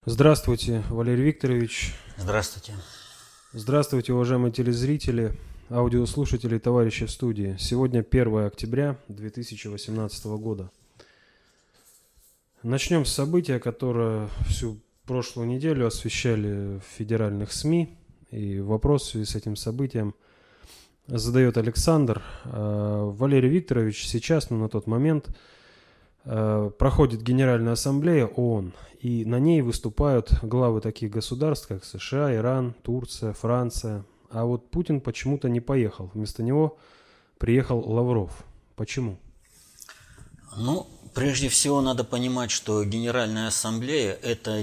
Здравствуйте, Валерий Викторович. Здравствуйте. Здравствуйте, уважаемые телезрители, аудиослушатели, товарищи в студии. Сегодня 1 октября 2018 года. Начнем с события, которое всю прошлую неделю освещали в федеральных СМИ. И вопрос в связи с этим событием задает Александр. Валерий Викторович, сейчас, на тот момент, проходит Генеральная ассамблея ООН, и на ней выступают главы таких государств, как США, Иран, Турция, Франция. А вот Путин почему-то не поехал. Вместо него приехал Лавров. Почему? Прежде всего надо понимать, что Генеральная ассамблея – это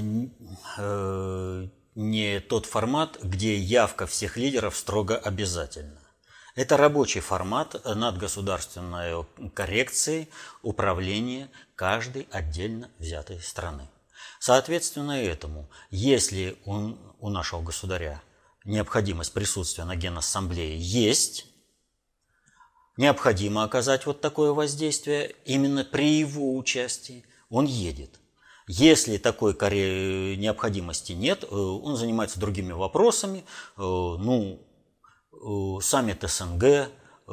не тот формат, где явка всех лидеров строго обязательна. Это рабочий формат надгосударственной коррекции управления каждой отдельно взятой страны. Соответственно этому, если у нашего государя необходимость присутствия на Генассамблее есть, необходимо оказать вот такое воздействие именно при его участии, он едет. Если такой необходимости нет, он занимается другими вопросами, саммит СНГ,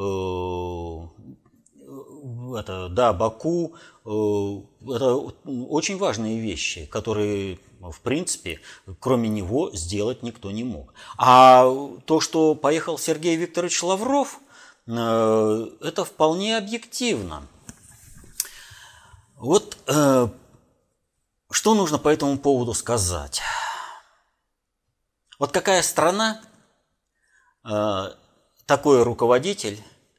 Баку, это очень важные вещи, которые, в принципе, кроме него сделать никто не мог. А то, что поехал Сергей Викторович Лавров, это вполне объективно. Вот что нужно по этому поводу сказать? Вот какая страна, такой руководитель,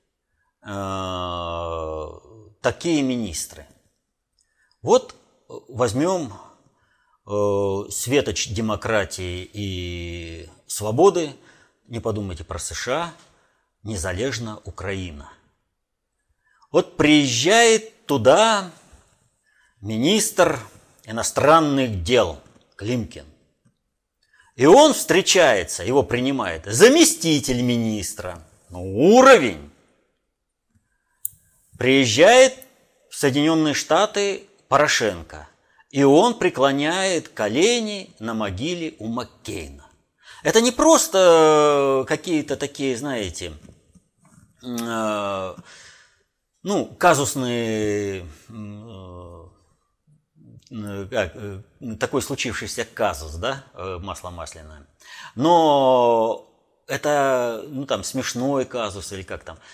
такие министры. Вот возьмем светоч демократии и свободы, не подумайте про США, незалежна Украина. Вот приезжает туда министр иностранных дел Климкин. И он встречается, его принимает заместитель министра. Уровень. Приезжает в Соединенные Штаты Порошенко. И он преклоняет колени на могиле у Маккейна. Это не просто какие-то такие, знаете, казусные, такой случившийся казус, да, масло масляное. Но это, смешной казус или как там,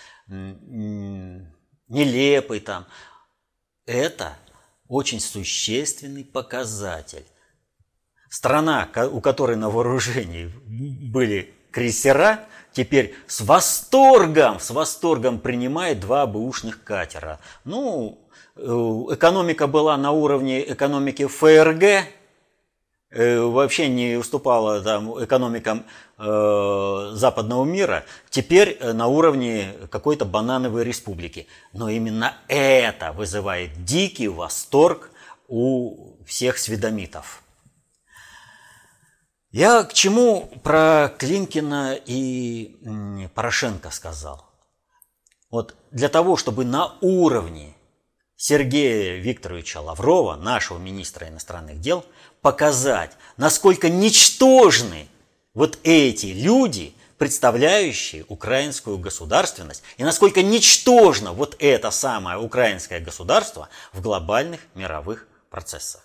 нелепый там. Это очень существенный показатель. Страна, у которой на вооружении были крейсера, теперь с восторгом принимает 2 бэушных катера. Экономика была на уровне экономики ФРГ, вообще не уступала экономикам западного мира, теперь на уровне какой-то банановой республики. Но именно это вызывает дикий восторг у всех сведомитов. Я к чему про Климкина и Порошенко сказал? Вот для того, чтобы на уровне Сергея Викторовича Лаврова, нашего министра иностранных дел, показать, насколько ничтожны вот эти люди, представляющие украинскую государственность, и насколько ничтожно вот это самое украинское государство в глобальных мировых процессах.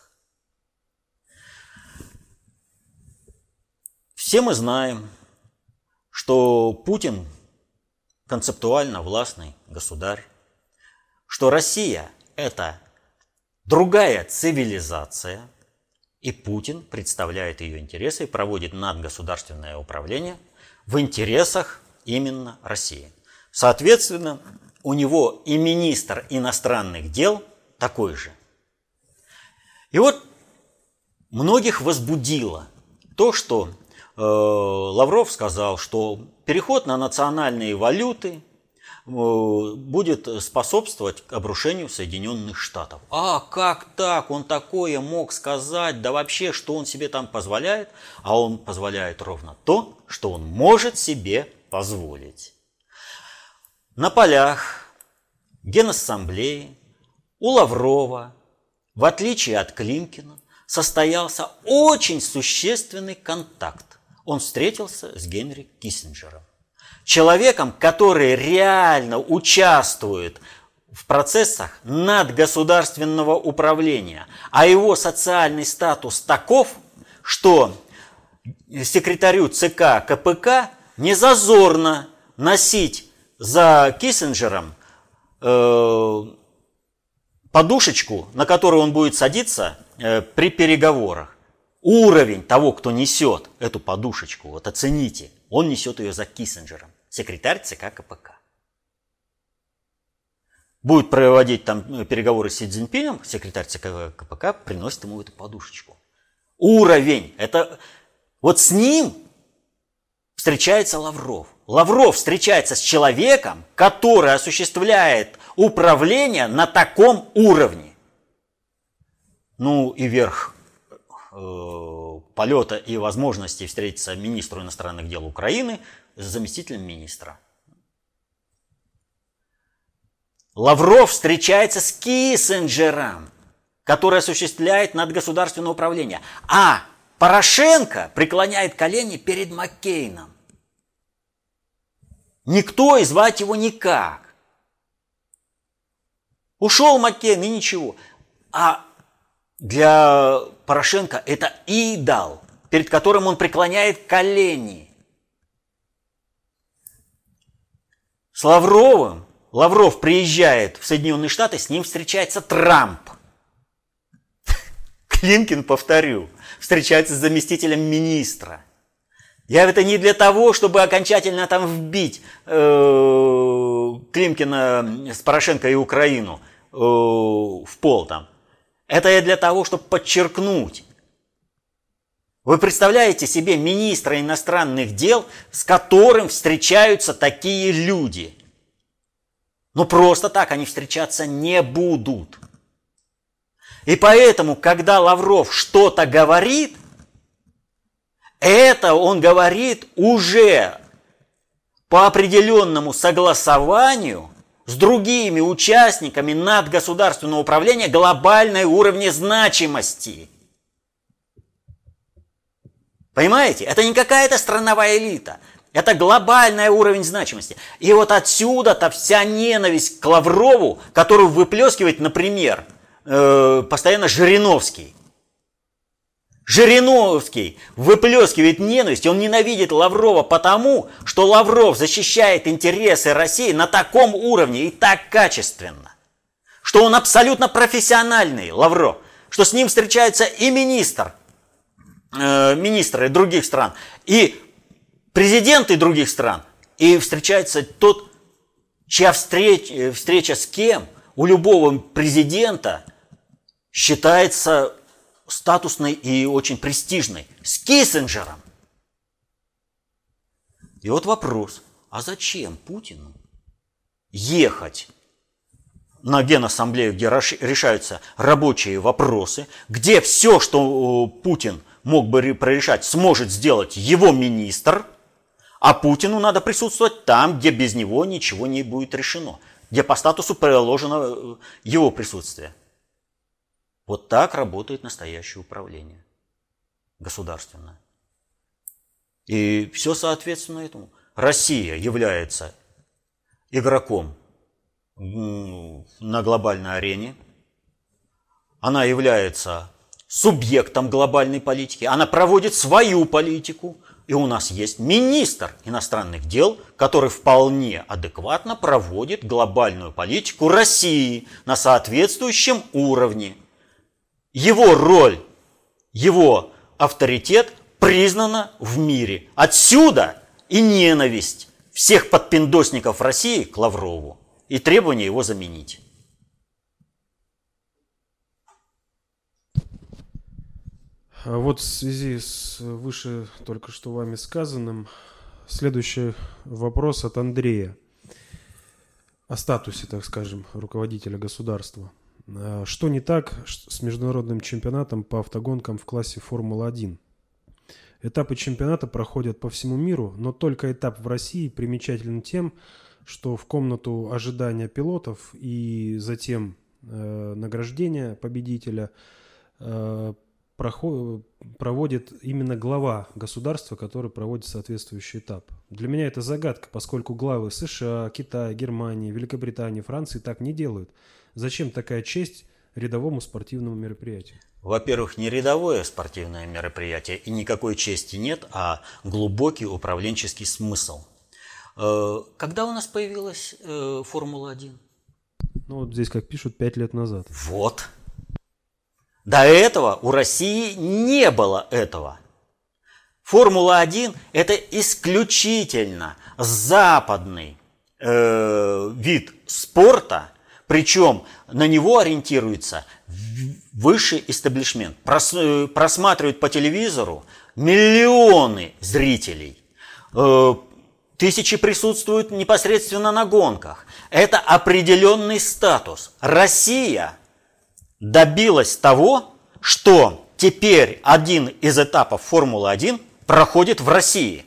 Все мы знаем, что Путин концептуально властный государь, что Россия – это другая цивилизация, и Путин представляет ее интересы и проводит надгосударственное управление в интересах именно России. Соответственно, у него и министр иностранных дел такой же. И вот многих возбудило то, что Лавров сказал, что переход на национальные валюты будет способствовать обрушению Соединенных Штатов. А как так? Он такое мог сказать? Да вообще, что он себе там позволяет? А он позволяет ровно то, что он может себе позволить. На полях Генассамблеи у Лаврова, в отличие от Климкина, состоялся очень существенный контакт. Он встретился с Генри Киссинджером. Человеком, который реально участвует в процессах надгосударственного управления. А его социальный статус таков, что секретарю ЦК КПК не зазорно носить за Киссинджером подушечку, на которую он будет садиться при переговорах. Уровень того, кто несет эту подушечку, вот оцените, он несет ее за Киссинджером, секретарь ЦК КПК. Будет проводить там переговоры с Си Цзиньпинем, секретарь ЦК КПК приносит ему эту подушечку. Уровень, это вот с ним встречается Лавров. Лавров встречается с человеком, который осуществляет управление на таком уровне. Ну и верх полета и возможности встретиться министру иностранных дел Украины с заместителем министра. Лавров встречается с Киссинджером, который осуществляет надгосударственное управление. А Порошенко преклоняет колени перед Маккейном. Никто и звать его никак. Ушел Маккейн и ничего. А для Порошенко это идол, перед которым он преклоняет колени. С Лавровым Лавров приезжает в Соединенные Штаты, с ним встречается Трамп. Климкин, повторю, встречается с заместителем министра. Я это не для того, чтобы окончательно там вбить Климкина с Порошенко и Украину в пол там. Это я для того, чтобы подчеркнуть. Вы представляете себе министра иностранных дел, с которым встречаются такие люди? Но просто так они встречаться не будут. И поэтому, когда Лавров что-то говорит, это он говорит уже по определенному согласованию с другими участниками надгосударственного управления глобальной уровня значимости. Понимаете? Это не какая-то страновая элита. Это глобальный уровень значимости. И вот отсюда-то вся ненависть к Лаврову, которую выплескивает, например, постоянно Жириновский. Жириновский выплескивает ненависть, он ненавидит Лаврова потому, что Лавров защищает интересы России на таком уровне и так качественно, что он абсолютно профессиональный, Лавров, что с ним встречаются и министры других стран, и президенты других стран, и встречается тот, чья встреча с кем у любого президента считается статусной и очень престижной, с Киссинджером. И вот вопрос, а зачем Путину ехать на Генассамблею, где решаются рабочие вопросы, где все, что Путин мог бы прорешать, сможет сделать его министр, а Путину надо присутствовать там, где без него ничего не будет решено, где по статусу приложено его присутствие. Вот так работает настоящее управление государственное. И все соответственно этому. Россия является игроком на глобальной арене. Она является субъектом глобальной политики. Она проводит свою политику. И у нас есть министр иностранных дел, который вполне адекватно проводит глобальную политику России на соответствующем уровне. Его роль, его авторитет признана в мире. Отсюда и ненависть всех подпиндосников России к Лаврову и требование его заменить. А вот в связи с выше только что вами сказанным, следующий вопрос от Андрея. О статусе, так скажем, руководителя государства. Что не так с международным чемпионатом по автогонкам в классе Формула-1? Этапы чемпионата проходят по всему миру, но только этап в России примечателен тем, что в комнату ожидания пилотов и затем награждения победителя проводит именно глава государства, который проводит соответствующий этап. Для меня это загадка, поскольку главы США, Китая, Германии, Великобритании, Франции так не делают. Зачем такая честь рядовому спортивному мероприятию? Во-первых, не рядовое спортивное мероприятие, и никакой чести нет, а глубокий управленческий смысл. Когда у нас появилась Формула-1? Ну, вот здесь, как пишут, 5 лет назад. Вот. До этого у России не было этого. Формула-1 – это исключительно западный вид спорта, причем на него ориентируется высший истеблишмент. Просматривают по телевизору миллионы зрителей. Тысячи присутствуют непосредственно на гонках. Это определенный статус. Россия добилась того, что теперь один из этапов Формулы-1 проходит в России.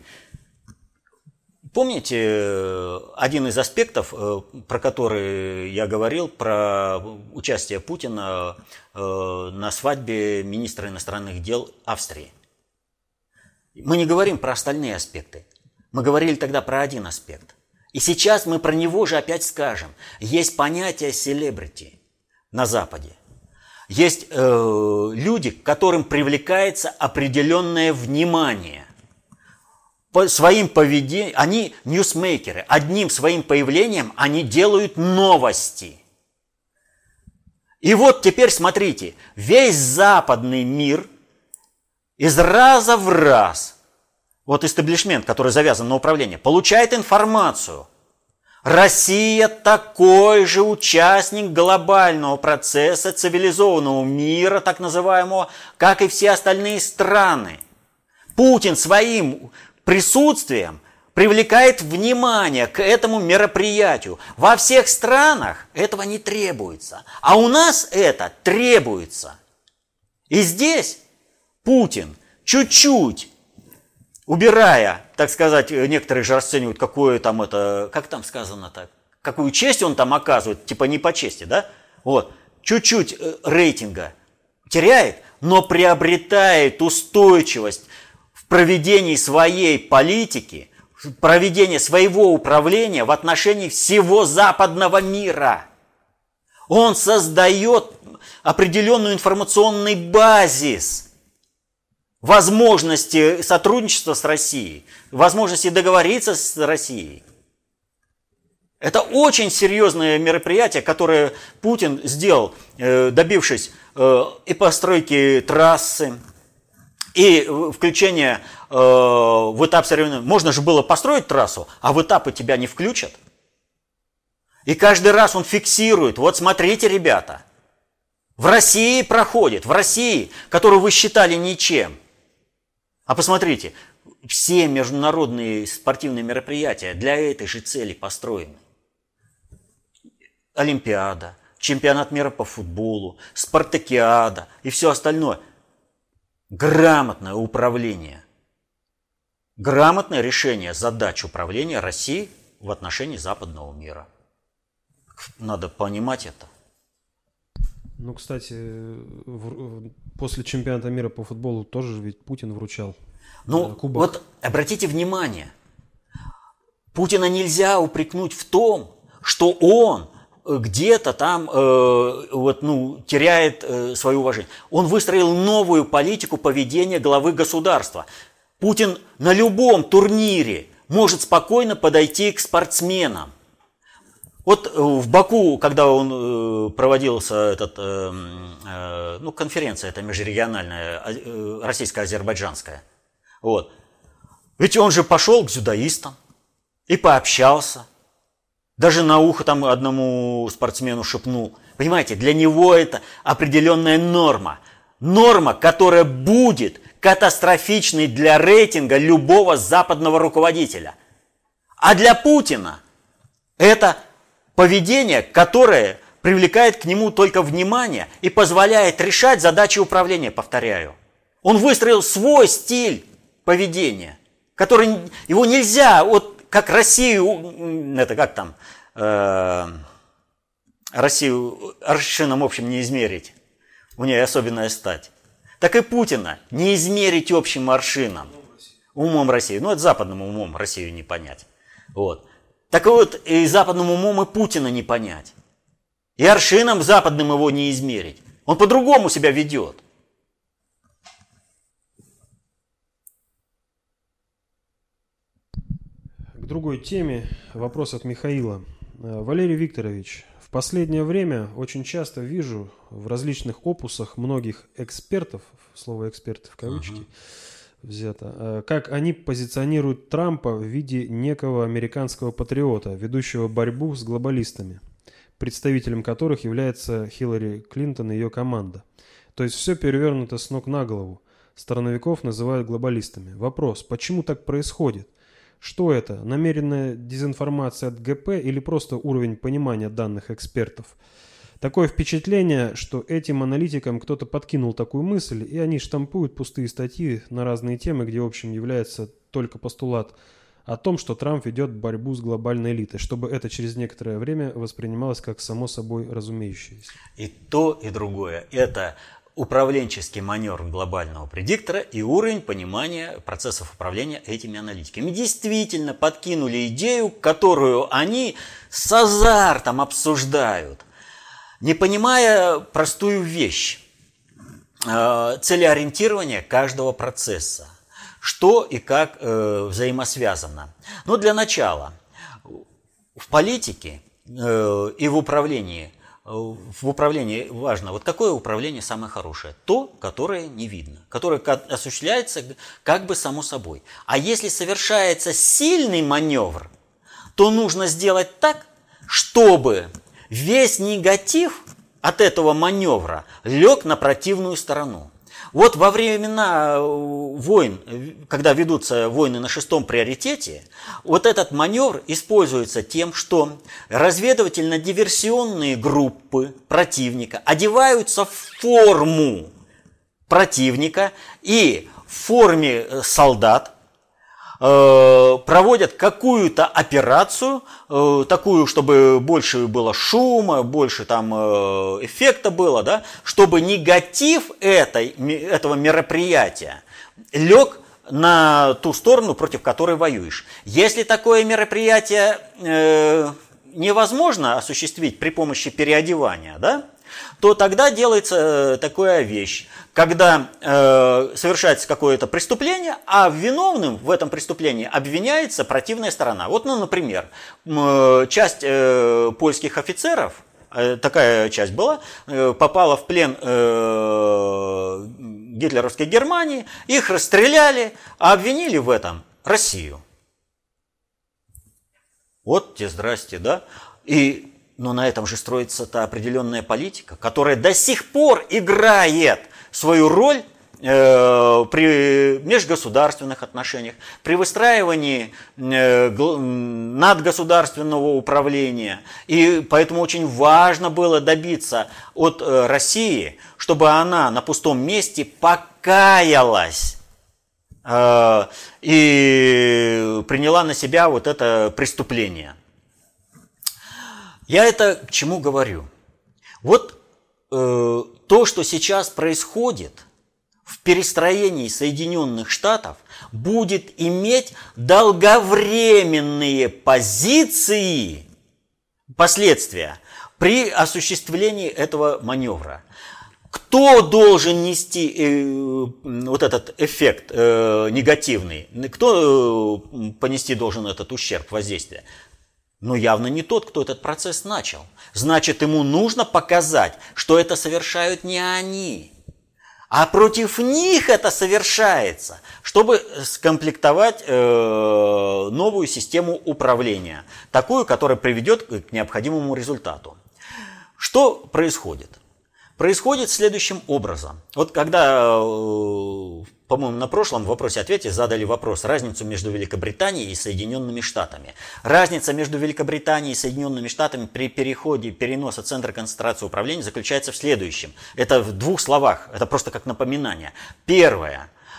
Помните один из аспектов, про который я говорил, про участие Путина на свадьбе министра иностранных дел Австрии? Мы не говорим про остальные аспекты. Мы говорили тогда про один аспект. И сейчас мы про него же опять скажем. Есть понятие селебрити на Западе. Есть люди, к которым привлекается определенное внимание. По своим поведением, они ньюсмейкеры. Одним своим появлением они делают новости. И вот теперь смотрите, весь западный мир из раза в раз, вот истеблишмент, который завязан на управление, получает информацию. Россия такой же участник глобального процесса цивилизованного мира, так называемого, как и все остальные страны. Путин своим присутствием привлекает внимание к этому мероприятию. Во всех странах этого не требуется, а у нас это требуется. И здесь Путин чуть-чуть, убирая, так сказать, некоторые же расценивают, какое там это, как там сказано так, какую честь он там оказывает, типа не по чести, да? Вот, чуть-чуть рейтинга теряет, но приобретает устойчивость в проведении своей политики, в проведении своего управления в отношении всего западного мира. Он создает определенный информационный базис, возможности сотрудничества с Россией, возможности договориться с Россией. Это очень серьезное мероприятие, которое Путин сделал, добившись и постройки трассы, и включения в этап соревнований. Можно же было построить трассу, а в этапы тебя не включат. И каждый раз он фиксирует. Вот смотрите, ребята, в России проходит, в России, которую вы считали ничем. А посмотрите, все международные спортивные мероприятия для этой же цели построены. Олимпиада, чемпионат мира по футболу, спартакиада и все остальное. Грамотное управление. Грамотное решение задач управления России в отношении западного мира. Надо понимать это. Ну, кстати, после чемпионата мира по футболу тоже ведь Путин вручал кубок. Вот обратите внимание, Путина нельзя упрекнуть в том, что он где-то там теряет свое уважение. Он выстроил новую политику поведения главы государства. Путин на любом турнире может спокойно подойти к спортсменам. Вот в Баку, когда он проводился конференция эта межрегиональная, российско-азербайджанская, вот. Ведь он же пошел к дзюдоистам и пообщался. Даже на ухо там одному спортсмену шепнул. Понимаете, для него это определенная норма. Норма, которая будет катастрофичной для рейтинга любого западного руководителя. А для Путина это поведение, которое привлекает к нему только внимание и позволяет решать задачи управления, повторяю. Он выстроил свой стиль поведения, который его нельзя, вот как Россию, это как там, Россию аршином общим не измерить, у нее особенная стать. Так и Путина не измерить общим аршином. Умом России. Ну, это западным умом Россию не понять. Вот. Так вот, и западным умом и Путина не понять. И аршином западным его не измерить. Он по-другому себя ведет. К другой теме вопрос от Михаила. Валерий Викторович, в последнее время очень часто вижу в различных опусах многих экспертов, слово «эксперты» в кавычки взято, как они позиционируют Трампа в виде некого американского патриота, ведущего борьбу с глобалистами, представителем которых является Хиллари Клинтон и ее команда. То есть все перевернуто с ног на голову. Стороновиков называют глобалистами. Вопрос, почему так происходит? Что это? Намеренная дезинформация от ГП или просто уровень понимания данных экспертов? Такое впечатление, что этим аналитикам кто-то подкинул такую мысль, и они штампуют пустые статьи на разные темы, где, в общем, является только постулат о том, что Трамп ведет борьбу с глобальной элитой, чтобы это через некоторое время воспринималось как само собой разумеющееся. И то, и другое. Это управленческий маневр глобального предиктора и уровень понимания процессов управления этими аналитиками. Действительно подкинули идею, которую они с азартом обсуждают, не понимая простую вещь, целеориентирование каждого процесса, что и как взаимосвязано. Но для начала, в политике и в управлении важно, вот какое управление самое хорошее? То, которое не видно, которое осуществляется как бы само собой. А если совершается сильный маневр, то нужно сделать так, чтобы весь негатив от этого маневра лег на противную сторону. Вот во времена войн, когда ведутся войны на 6-м приоритете, вот этот маневр используется тем, что разведывательно-диверсионные группы противника одеваются в форму противника и в форме солдат проводят какую-то операцию, такую, чтобы больше было шума, больше там эффекта было, да, чтобы негатив этого мероприятия лег на ту сторону, против которой воюешь. Если такое мероприятие невозможно осуществить при помощи переодевания, да, то тогда делается такая вещь, когда совершается какое-то преступление, а виновным в этом преступлении обвиняется противная сторона. Вот, ну, например, часть польских офицеров, такая часть была, попала в плен гитлеровской Германии, их расстреляли, а обвинили в этом Россию. Вот те здрасте, да? Но на этом же строится та определенная политика, которая до сих пор играет свою роль при межгосударственных отношениях, при выстраивании надгосударственного управления. И поэтому очень важно было добиться от России, чтобы она на пустом месте покаялась и приняла на себя вот это преступление. Я это к чему говорю? Вот то, что сейчас происходит в перестроении Соединенных Штатов, будет иметь долговременные позиции, последствия при осуществлении этого маневра. Кто должен нести вот этот эффект негативный? Кто понести должен этот ущерб, воздействие? Но явно не тот, кто этот процесс начал. Значит, ему нужно показать, что это совершают не они, а против них это совершается, чтобы скомплектовать новую систему управления, такую, которая приведет к необходимому результату. Что происходит? Происходит следующим образом. Вот когда, по-моему, на прошлом вопросе-ответе задали вопрос, разницу между Великобританией и Соединенными Штатами. Разница между Великобританией и Соединенными Штатами при переноса центра концентрации управления заключается в следующем. Это в двух словах, это просто как напоминание. Первое.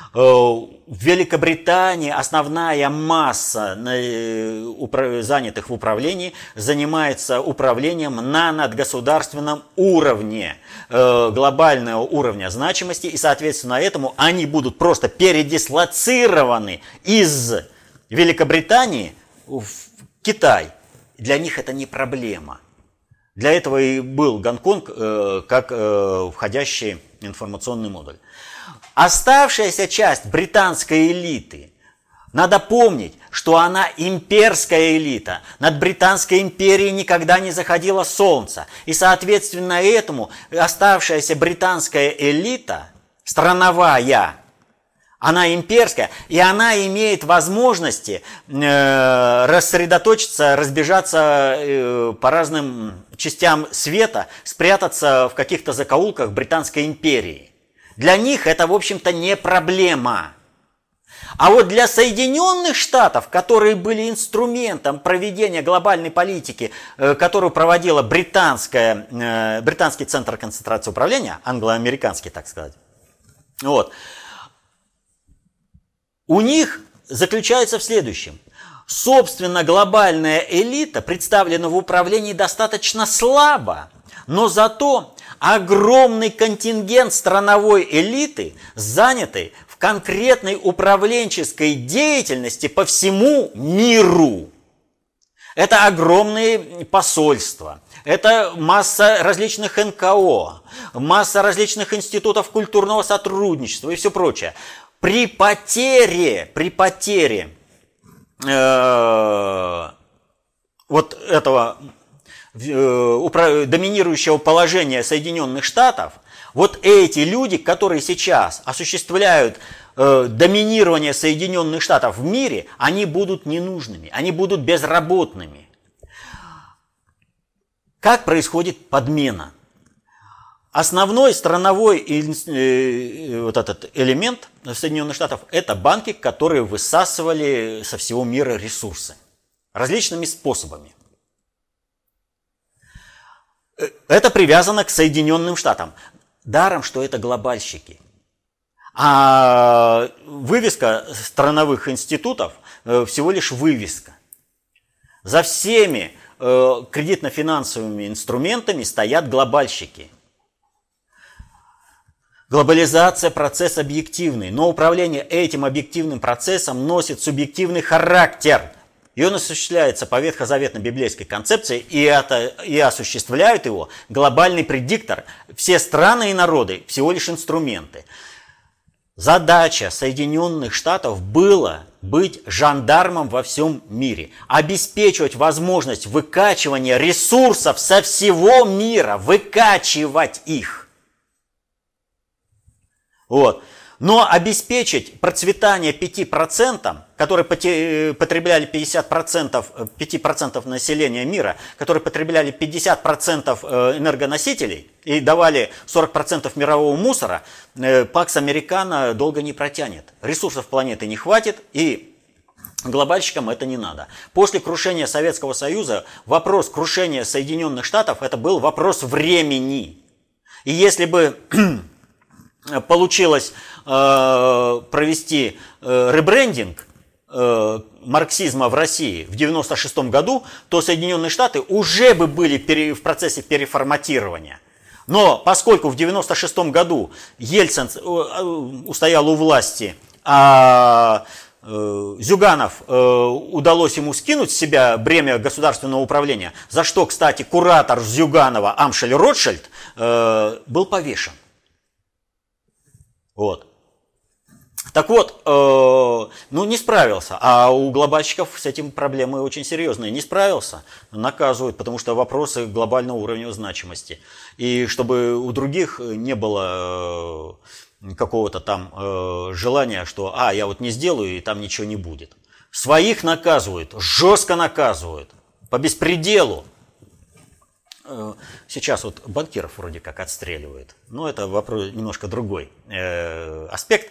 В Великобритании основная масса занятых в управлении занимается управлением на надгосударственном уровне, глобального уровня значимости, и, соответственно, этому они будут просто передислоцированы из Великобритании в Китай. Для них это не проблема. Для этого и был Гонконг как входящий информационный модуль. Оставшаяся часть британской элиты, надо помнить, что она имперская элита. Над Британской империей никогда не заходило солнце. И, соответственно, этому оставшаяся британская элита, страновая, она имперская, и она имеет возможности рассредоточиться, разбежаться по разным частям света, спрятаться в каких-то закоулках Британской империи. Для них это, в общем-то, не проблема. А вот для Соединенных Штатов, которые были инструментом проведения глобальной политики, которую проводила британский центр концентрации управления, англо-американский, так сказать, вот, у них заключается в следующем. Собственно, глобальная элита представлена в управлении достаточно слабо, но зато огромный контингент страновой элиты, занятый в конкретной управленческой деятельности по всему миру. Это огромные посольства, это масса различных НКО, масса различных институтов культурного сотрудничества и все прочее. При потере вот этого доминирующего положения Соединенных Штатов, вот эти люди, которые сейчас осуществляют доминирование Соединенных Штатов в мире, они будут ненужными, они будут безработными. Как происходит подмена? Основной страновой вот этот элемент Соединенных Штатов – это банки, которые высасывали со всего мира ресурсы различными способами. Это привязано к Соединенным Штатам. Даром, что это глобальщики. А вывеска страновых институтов всего лишь вывеска. За всеми кредитно-финансовыми инструментами стоят глобальщики. Глобализация – процесс объективный, но управление этим объективным процессом носит субъективный характер. И он осуществляется по ветхозаветно-библейской концепции, и осуществляют его глобальный предиктор. Все страны и народы всего лишь инструменты. Задача Соединенных Штатов была быть жандармом во всем мире, обеспечивать возможность выкачивания ресурсов со всего мира, выкачивать их. Вот. Но обеспечить процветание 5%, которые потребляли 5% населения мира, которые потребляли 50% энергоносителей и давали 40% мирового мусора, Пакс Американо долго не протянет. Ресурсов планеты не хватит, и глобальщикам это не надо. После крушения Советского Союза вопрос крушения Соединенных Штатов это был вопрос времени. И если бы получилось провести ребрендинг марксизма в России в 1996 году, то Соединенные Штаты уже бы были в процессе переформатирования. Но поскольку в 1996 году Ельцин устоял у власти, а Зюганов удалось ему скинуть с себя бремя государственного управления, за что, кстати, куратор Зюганова Амшель Ротшильд был повешен. Вот. Так вот, не справился, а у глобальщиков с этим проблемы очень серьезные. Не справился, наказывают, потому что вопросы глобального уровня значимости. И чтобы у других не было какого-то там желания, что я вот не сделаю, и там ничего не будет. Своих наказывают, жестко наказывают, по беспределу. Сейчас вот банкиров вроде как отстреливают, но это вопрос немножко другой аспект.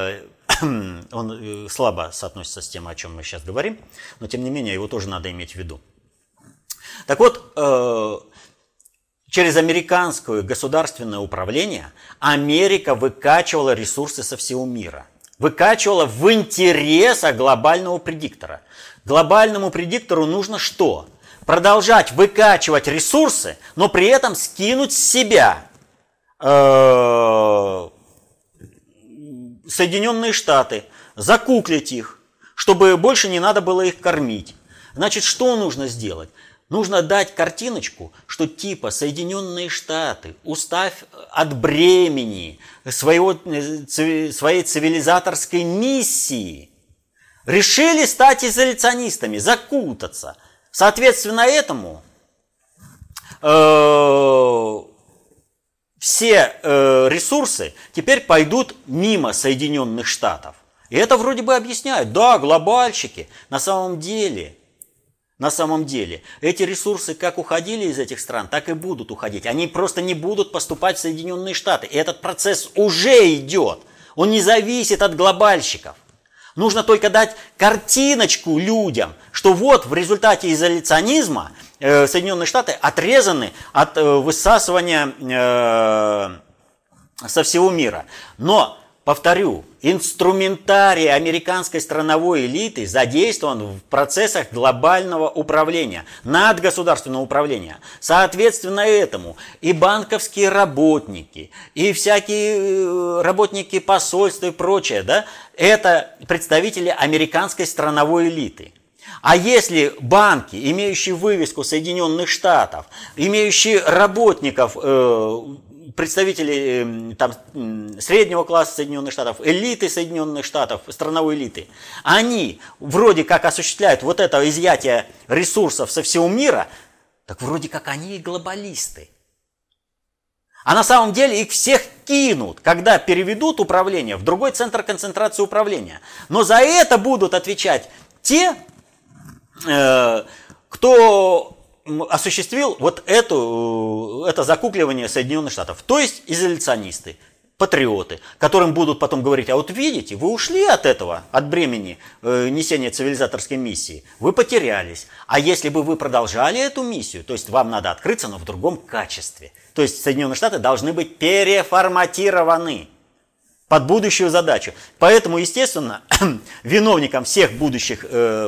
Он слабо соотносится с тем, о чем мы сейчас говорим, но тем не менее его тоже надо иметь в виду. Так вот, через американское государственное управление Америка выкачивала ресурсы со всего мира. Выкачивала в интересах глобального предиктора. Глобальному предиктору нужно что? Продолжать выкачивать ресурсы, но при этом скинуть с себя Соединенные Штаты, закуклить их, чтобы больше не надо было их кормить. Значит, что нужно сделать? Нужно дать картиночку, что типа Соединенные Штаты, устав от бремени своей цивилизаторской миссии, решили стать изоляционистами, закутаться. Соответственно этому все ресурсы теперь пойдут мимо Соединенных Штатов. И это вроде бы объясняют. Да, глобальщики, на самом деле, эти ресурсы как уходили из этих стран, так и будут уходить. Они просто не будут поступать в Соединенные Штаты. И этот процесс уже идет. Он не зависит от глобальщиков. Нужно только дать картиночку людям, что вот в результате изоляционизма Соединенные Штаты отрезаны от высасывания со всего мира. Но, повторю, инструментарий американской страновой элиты задействован в процессах глобального управления, надгосударственного управления. Соответственно этому и банковские работники, и всякие работники посольств и прочее, да, это представители американской страновой элиты. А если банки, имеющие вывеску Соединенных Штатов, имеющие работников, представителей там, среднего класса Соединенных Штатов, элиты Соединенных Штатов, страновой элиты, они вроде как осуществляют вот это изъятие ресурсов со всего мира, так вроде как они и глобалисты. А на самом деле их всех кинут, когда переведут управление в другой центр концентрации управления. Но за это будут отвечать те, кто осуществил вот это закукливание Соединенных Штатов. То есть изоляционисты, патриоты, которым будут потом говорить: а вот видите, вы ушли от этого, от бремени несения цивилизаторской миссии, вы потерялись. А если бы вы продолжали эту миссию, то есть вам надо открыться, но в другом качестве. То есть Соединенные Штаты должны быть переформатированы под будущую задачу. Поэтому, естественно, виновником всех будущих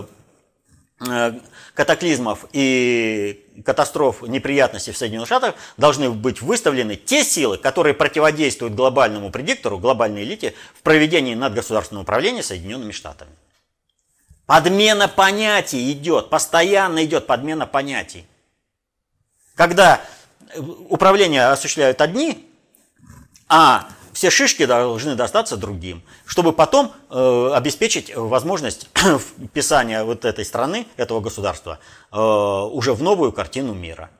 катаклизмов и катастроф, неприятностей в Соединенных Штатах должны быть выставлены те силы, которые противодействуют глобальному предиктору, глобальной элите в проведении надгосударственного управления Соединенными Штатами. Подмена понятий идет, постоянно идет подмена понятий. Когда управление осуществляют одни, а все шишки должны достаться другим, чтобы потом обеспечить возможность вписания вот этой страны, этого государства, уже в новую картину мира.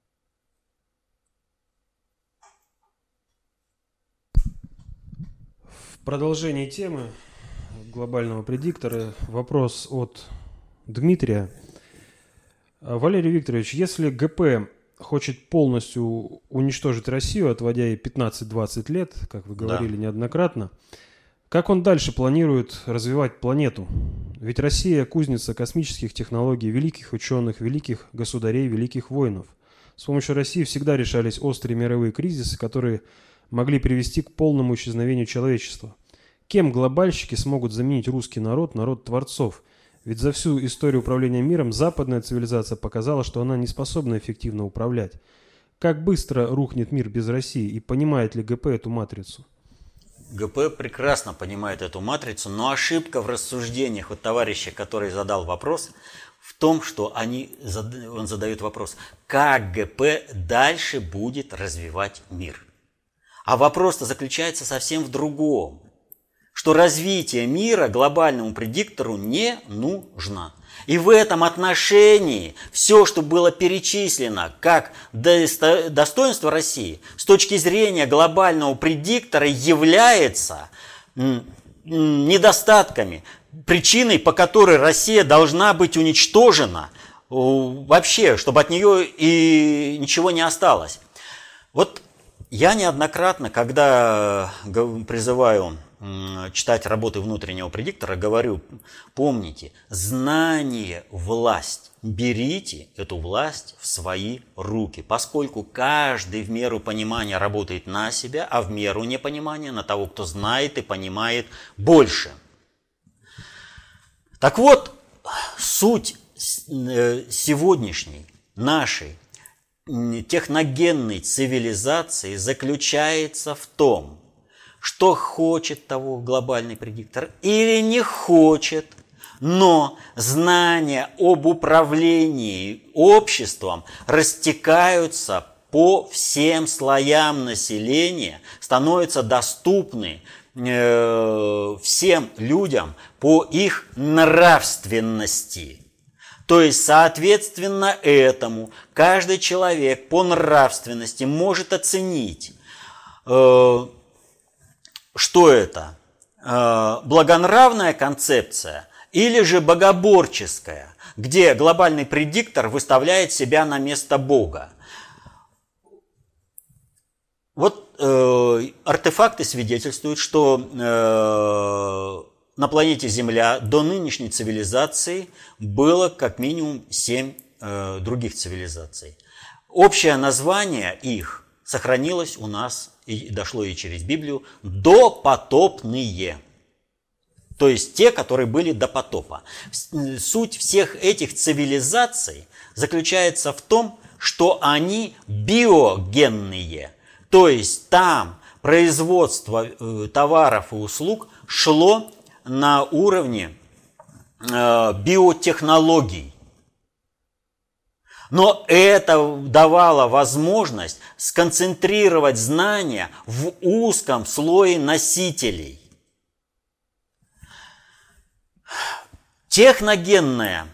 В продолжении темы глобального предиктора вопрос от Дмитрия. Валерий Викторович, если ГП хочет полностью уничтожить Россию, отводя ей 15-20 лет, как вы говорили неоднократно, как он дальше планирует развивать планету? Ведь Россия – кузница космических технологий, великих ученых, великих государей, великих воинов. С помощью России всегда решались острые мировые кризисы, которые могли привести к полному исчезновению человечества. Кем глобальщики смогут заменить русский народ, народ творцов? Ведь за всю историю управления миром западная цивилизация показала, что она не способна эффективно управлять. Как быстро рухнет мир без России, и понимает ли ГП эту матрицу? ГП прекрасно понимает эту матрицу, но ошибка в рассуждениях от товарища, который задал вопрос, в том, что он задает вопрос, как ГП дальше будет развивать мир. А вопрос-то заключается совсем в другом. Что развитие мира глобальному предиктору не нужно. И в этом отношении все, что было перечислено как достоинство России, с точки зрения глобального предиктора является недостатками, причиной, по которой Россия должна быть уничтожена вообще, чтобы от нее и ничего не осталось. Вот я неоднократно, когда призываю читать работы внутреннего предиктора, говорю, помните, знание – власть. Берите эту власть в свои руки, поскольку каждый в меру понимания работает на себя, а в меру непонимания на того, кто знает и понимает больше. Так вот, суть сегодняшней нашей техногенной цивилизации заключается в том, что хочет того глобальный предиктор или не хочет, но знания об управлении обществом растекаются по всем слоям населения, становятся доступны всем людям по их нравственности. То есть, соответственно этому, каждый человек по нравственности может оценить, что это благонравная концепция или же богоборческая, где глобальный предиктор выставляет себя на место Бога. Вот артефакты свидетельствуют, что на планете Земля до нынешней цивилизации было как минимум 7 других цивилизаций. Общее название их сохранилось у нас и дошло и через Библию – допотопные. То есть те, которые были до потопа. Суть всех этих цивилизаций заключается в том, что они биогенные. То есть там производство товаров и услуг шло на уровне биотехнологий. Но это давало возможность сконцентрировать знания в узком слое носителей. Техногенная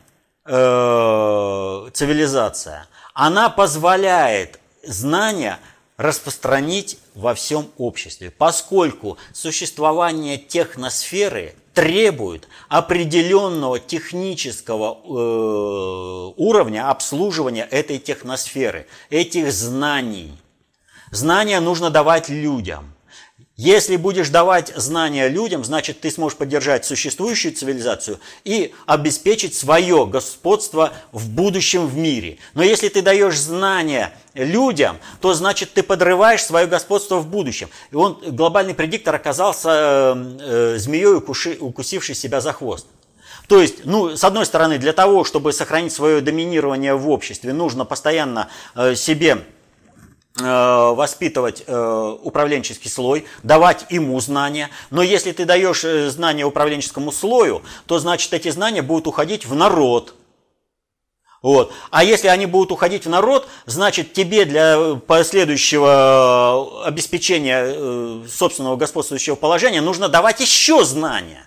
цивилизация, она позволяет знания распространить во всем обществе, поскольку существование техносферы требует определенного технического уровня обслуживания этой техносферы, этих знаний. Знания нужно давать людям. Если будешь давать знания людям, значит, ты сможешь поддержать существующую цивилизацию и обеспечить свое господство в будущем в мире. Но если ты даешь знания людям, то значит, ты подрываешь свое господство в будущем. И глобальный предиктор оказался змеей, укусившей себя за хвост. То есть, с одной стороны, для того, чтобы сохранить свое доминирование в обществе, нужно постоянно себе воспитывать управленческий слой, давать ему знания. Но если ты даешь знания управленческому слою, то значит эти знания будут уходить в народ. Вот. А если они будут уходить в народ, значит тебе для последующего обеспечения собственного господствующего положения нужно давать еще знания.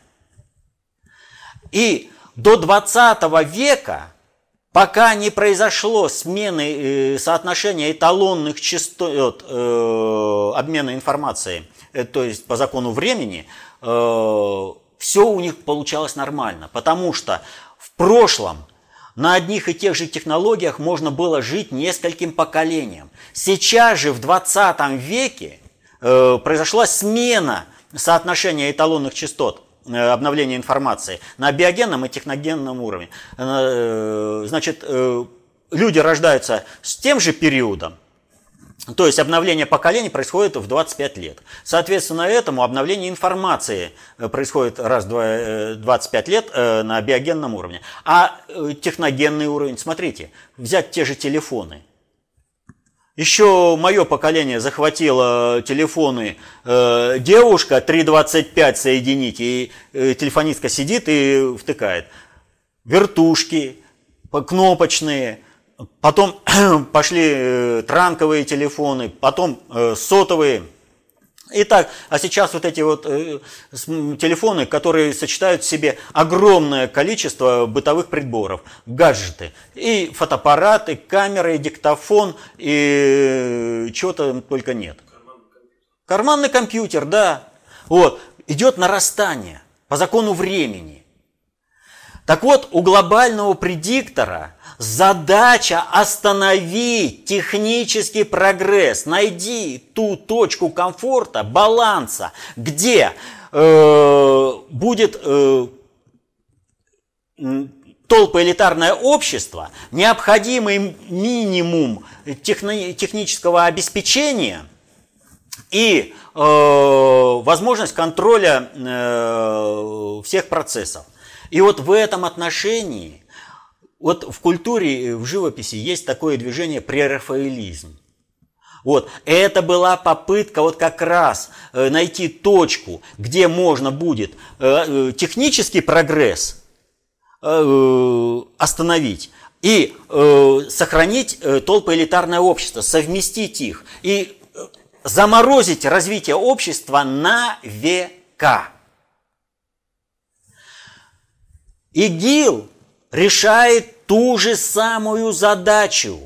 И до 20 века, пока не произошло смены соотношения эталонных частот обмена информацией, то есть по закону времени, все у них получалось нормально. Потому что в прошлом на одних и тех же технологиях можно было жить нескольким поколениям. Сейчас же в 20 веке произошла смена соотношения эталонных частот обновления информации на биогенном и техногенном уровне. Значит, люди рождаются с тем же периодом, то есть обновление поколений происходит в 25 лет. Соответственно, этому обновление информации происходит раз в 25 лет на биогенном уровне. А техногенный уровень, смотрите, взять те же телефоны. Еще мое поколение захватило телефоны, девушка 3.25 соединить, и телефонистка сидит и втыкает. Вертушки, кнопочные, потом пошли транковые телефоны, потом сотовые. Итак, а сейчас вот эти вот телефоны, которые сочетают в себе огромное количество бытовых приборов, гаджеты, и фотоаппарат, и камера, и диктофон, и чего-то только нет. Карманный компьютер, да. Вот, идет нарастание по закону времени. Так вот, у глобального предиктора задача остановить технический прогресс, найди ту точку комфорта, баланса, где будет толпоэлитарное общество, необходимый минимум технического обеспечения и возможность контроля всех процессов. И вот в этом отношении, вот в культуре, в живописи есть такое движение прерафаэлизм. Вот. Это была попытка вот как раз найти точку, где можно будет технический прогресс остановить и сохранить толпоэлитарное общество, совместить их и заморозить развитие общества на века. ИГИЛ решает ту же самую задачу,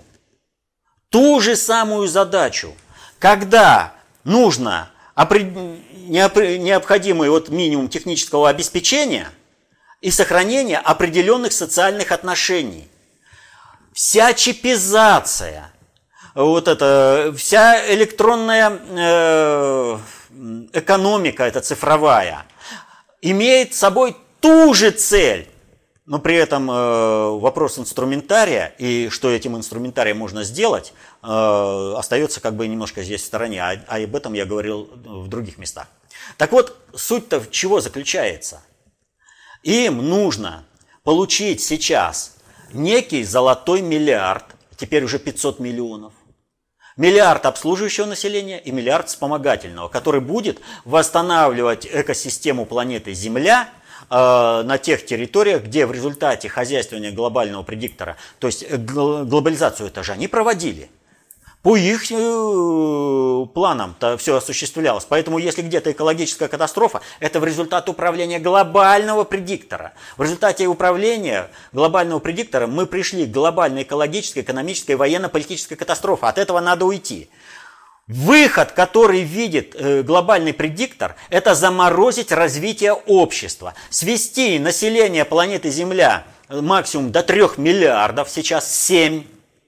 когда нужно необходимый вот минимум технического обеспечения и сохранение определенных социальных отношений. Вся чипизация, вот это, вся электронная экономика, эта цифровая, имеет собой ту же цель, но при этом вопрос инструментария и что этим инструментарием можно сделать, остается как бы немножко здесь в стороне, а об этом я говорил в других местах. Так вот, суть-то в чего заключается? Им нужно получить сейчас некий золотой миллиард, теперь уже 500 миллионов, миллиард обслуживающего населения и миллиард вспомогательного, который будет восстанавливать экосистему планеты Земля на тех территориях, где в результате хозяйствования глобального предиктора, то есть глобализацию это же они проводили. По их планам-то все осуществлялось. Поэтому если где-то экологическая катастрофа, это в результате управления глобального предиктора. В результате управления глобального предиктора мы пришли к глобальной экологической, экономической, военно-политической катастрофе. От этого надо уйти. Выход, который видит глобальный предиктор, это заморозить развитие общества. Свести население планеты Земля максимум до 3 миллиардов, сейчас 7.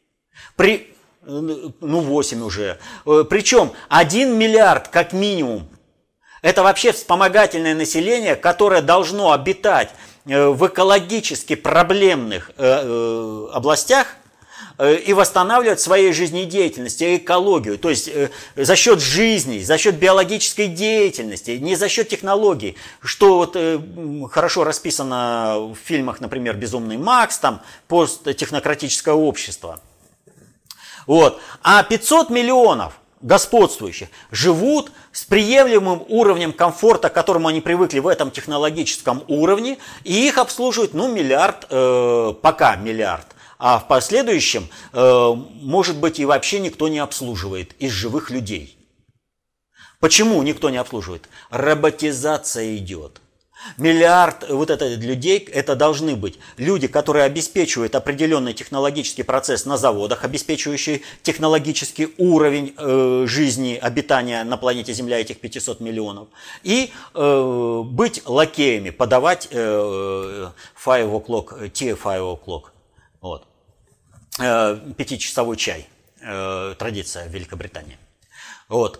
8 уже. Причем 1 миллиард как минимум. Это вообще вспомогательное население, которое должно обитать в экологически проблемных областях и восстанавливать своей жизнедеятельности, экологию. То есть за счет жизни, за счет биологической деятельности, не за счет технологий. Что вот хорошо расписано в фильмах, например, «Безумный Макс», там посттехнократическое общество. Вот. А 500 миллионов господствующих живут с приемлемым уровнем комфорта, к которому они привыкли в этом технологическом уровне, и их обслуживает, миллиард, пока миллиард. А в последующем, может быть, и вообще никто не обслуживает из живых людей. Почему никто не обслуживает? Роботизация идет. Миллиард вот этих людей, это должны быть люди, которые обеспечивают определенный технологический процесс на заводах, обеспечивающий технологический уровень жизни, обитания на планете Земля этих 500 миллионов. И быть лакеями, подавать 5 o'clock, tea 5 o'clock. Вот. 5-часовой чай. Традиция в Великобритании. Вот.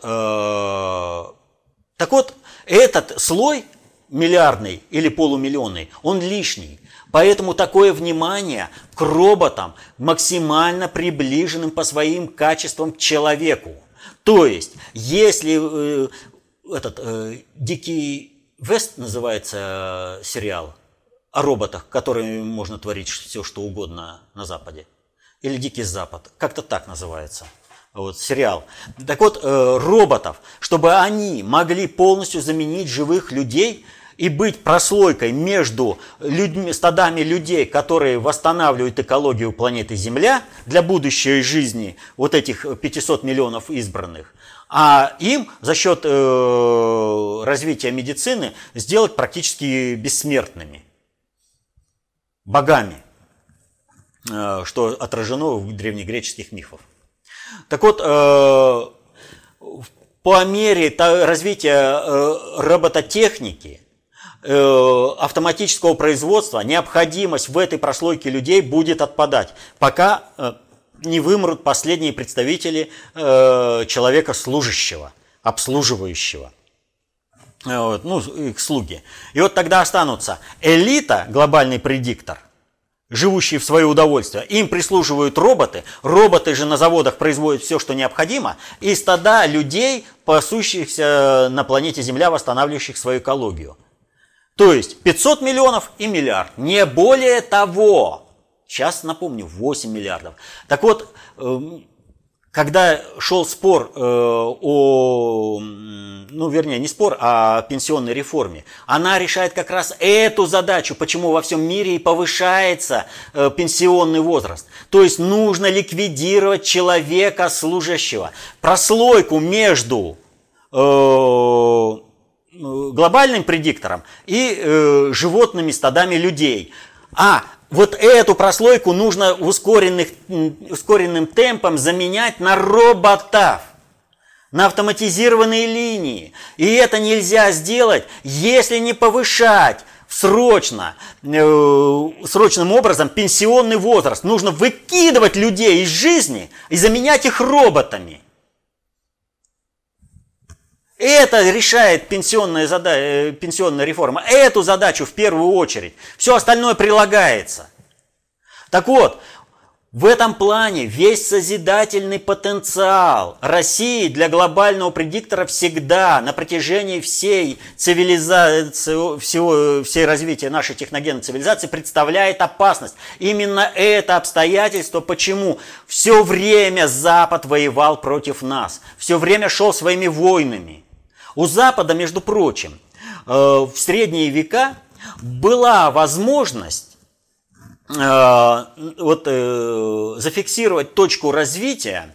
Так вот, этот слой миллиардный или полумиллионный, он лишний. Поэтому такое внимание к роботам, максимально приближенным по своим качествам к человеку. То есть, если «Дикий Вест» называется сериал о роботах, которыми можно творить все, что угодно на Западе, или «Дикий Запад», как-то так называется. Вот, сериал. Так вот, роботов, чтобы они могли полностью заменить живых людей и быть прослойкой между стадами людей, которые восстанавливают экологию планеты Земля для будущей жизни вот этих 500 миллионов избранных, а им за счет развития медицины сделать практически бессмертными, богами, что отражено в древнегреческих мифах. Так вот, по мере развития робототехники, автоматического производства, необходимость в этой прослойке людей будет отпадать, пока не вымрут последние представители человека служащего, обслуживающего. вот, ну, их слуги. И вот тогда останутся элита, глобальный предиктор, живущие в свое удовольствие, им прислуживают роботы, роботы же на заводах производят все, что необходимо, и стада людей, пасущихся на планете Земля, восстанавливающих свою экологию. То есть 500 миллионов и миллиард, не более того. Сейчас, напомню, 8 миллиардов. Так вот, когда шел спор не спор, а пенсионной реформе, она решает как раз эту задачу, почему во всем мире и повышается пенсионный возраст. То есть нужно ликвидировать человека служащего. Прослойку между глобальным предиктором и животными стадами людей. А вот эту прослойку нужно ускоренным темпом заменять на роботов, на автоматизированные линии. И это нельзя сделать, если не повышать срочным образом пенсионный возраст. Нужно выкидывать людей из жизни и заменять их роботами. Это решает пенсионная реформа. Эту задачу в первую очередь. Все остальное прилагается. Так вот, в этом плане весь созидательный потенциал России для глобального предиктора всегда на протяжении всей цивилизации, всей развития нашей техногенной цивилизации представляет опасность. Именно это обстоятельство, почему все время Запад воевал против нас, все время шел своими войнами. У Запада, между прочим, в средние века была возможность зафиксировать точку развития,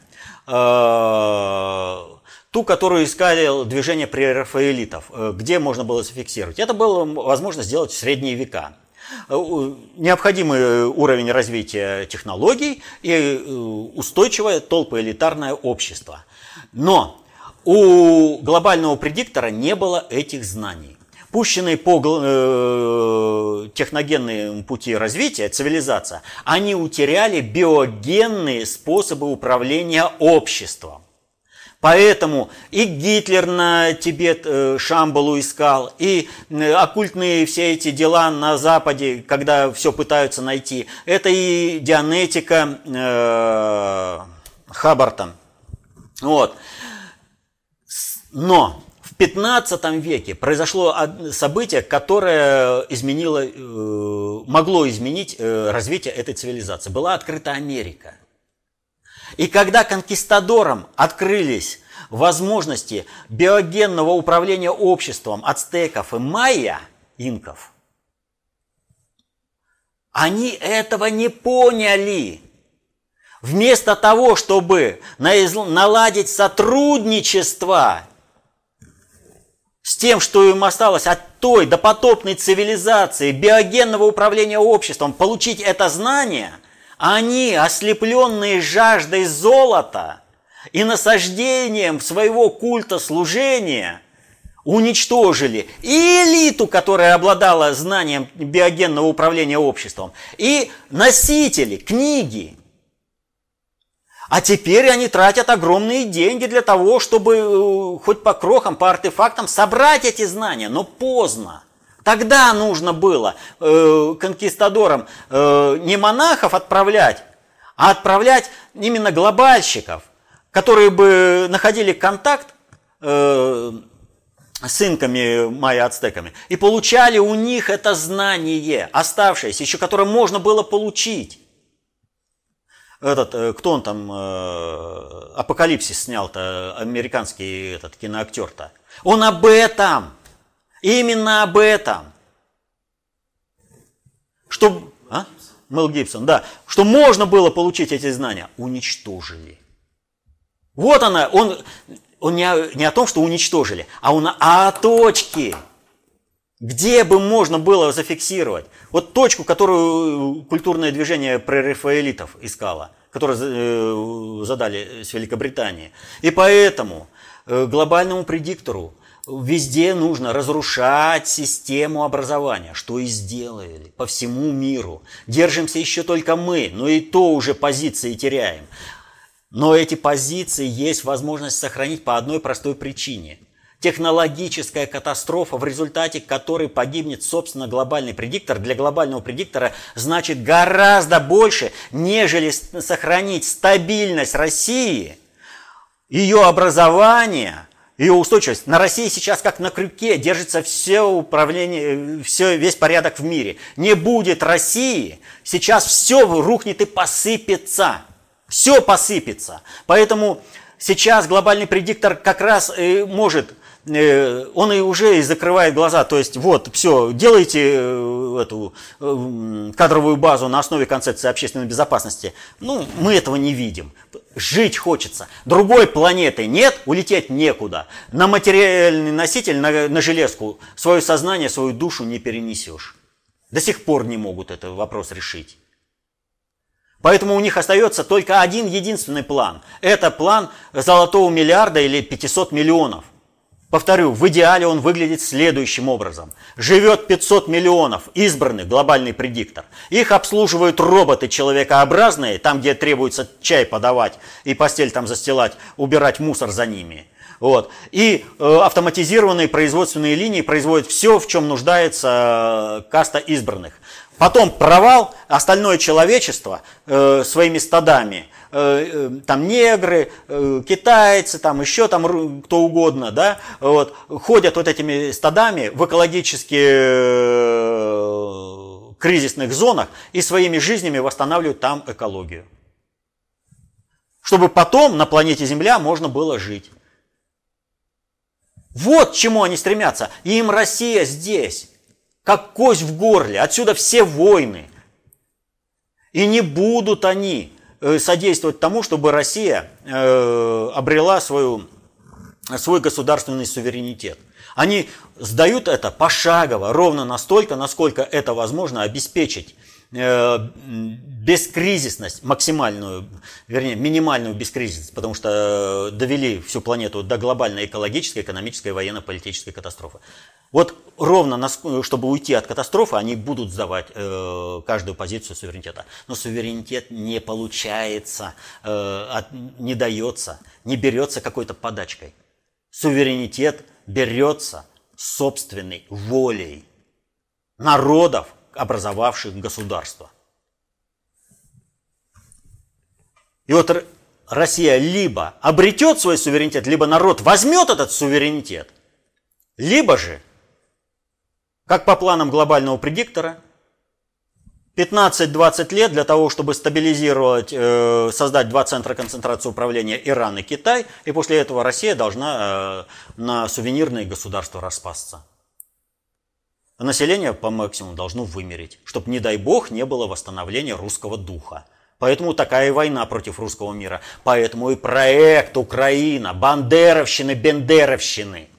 ту, которую искали движение прерафаэлитов, где можно было зафиксировать. Это было возможно сделать в средние века. Необходимый уровень развития технологий и устойчивое толпоэлитарное общество. Но у глобального предиктора не было этих знаний. Пущенные по техногенным пути развития, цивилизация, они утеряли биогенные способы управления обществом. Поэтому и Гитлер на Тибет Шамбалу искал, и оккультные все эти дела на Западе, когда все пытаются найти, это и Дианетика Хаббарта. Вот. Но в 15 веке произошло событие, которое могло изменить развитие этой цивилизации. Была открыта Америка. И когда конкистадорам открылись возможности биогенного управления обществом ацтеков и майя, инков, они этого не поняли. Вместо того, чтобы наладить сотрудничество с тем, что им осталось от той допотопной цивилизации, биогенного управления обществом, получить это знание, они, ослепленные жаждой золота и насаждением своего культа служения, уничтожили и элиту, которая обладала знанием биогенного управления обществом, и носители, книги. А теперь они тратят огромные деньги для того, чтобы хоть по крохам, по артефактам собрать эти знания, но поздно. Тогда нужно было конкистадорам не монахов отправлять, а отправлять именно глобальщиков, которые бы находили контакт с инками, майя-ацтеками, и получали у них это знание, оставшееся, еще которое можно было получить. Кто он там, Апокалипсис снял-то, американский киноактер-то. Он об этом, именно об этом. Мел Гибсон, да. Что можно было получить эти знания, уничтожили. Вот она, он не о том, что уничтожили, а о точке. Где бы можно было зафиксировать? Вот точку, которую культурное движение прерафаэлитов искало, которую задали с Великобритании. И поэтому глобальному предиктору везде нужно разрушать систему образования, что и сделали по всему миру. Держимся еще только мы, но и то уже позиции теряем. Но эти позиции есть возможность сохранить по одной простой причине. Технологическая катастрофа, в результате которой погибнет, собственно, глобальный предиктор, для глобального предиктора значит гораздо больше, нежели сохранить стабильность России, ее образование, ее устойчивость. На России сейчас как на крюке держится все управление, весь порядок в мире. Не будет России, сейчас все рухнет и посыпется. Все посыпется. Поэтому сейчас глобальный предиктор как раз может, он и уже закрывает глаза, то есть вот, все, делайте эту кадровую базу на основе концепции общественной безопасности. Ну, мы этого не видим. Жить хочется. Другой планеты нет, улететь некуда. На материальный носитель, на железку, свое сознание, свою душу не перенесешь. До сих пор не могут этот вопрос решить. Поэтому у них остается только один единственный план. Это план золотого миллиарда или 500 миллионов. Повторю, в идеале он выглядит следующим образом. Живет 500 миллионов избранных, глобальный предиктор. Их обслуживают роботы человекообразные, там, где требуется чай подавать и постель там застилать, убирать мусор за ними. Вот. И автоматизированные производственные линии производят все, в чем нуждается каста избранных. Потом провал, остальное человечество своими стадами, там негры, китайцы, там еще там кто угодно, да, вот, ходят вот этими стадами в экологически кризисных зонах и своими жизнями восстанавливают там экологию. Чтобы потом на планете Земля можно было жить. Вот к чему они стремятся. И им Россия здесь, как кость в горле. Отсюда все войны. И не будут они содействовать тому, чтобы Россия обрела свой государственный суверенитет. Они сдают это пошагово, ровно настолько, насколько это возможно обеспечить бескризисность, максимальную, вернее, минимальную бескризисность, потому что довели всю планету до глобальной экологической, экономической, военно-политической катастрофы. Вот ровно, чтобы уйти от катастрофы, они будут сдавать каждую позицию суверенитета. Но суверенитет не получается, не дается, не берется какой-то подачкой. Суверенитет берется собственной волей народов, образовавших государство. И вот Россия либо обретет свой суверенитет, либо народ возьмет этот суверенитет, либо же, как по планам глобального предиктора, 15-20 лет для того, чтобы стабилизировать, создать два центра концентрации управления Иран и Китай, и после этого Россия должна на сувенирные государства распасться. Население по максимуму должно вымереть, чтобы, не дай бог, не было восстановления русского духа. Поэтому такая и война против русского мира. Поэтому и проект Украина, бандеровщины, бендеровщины.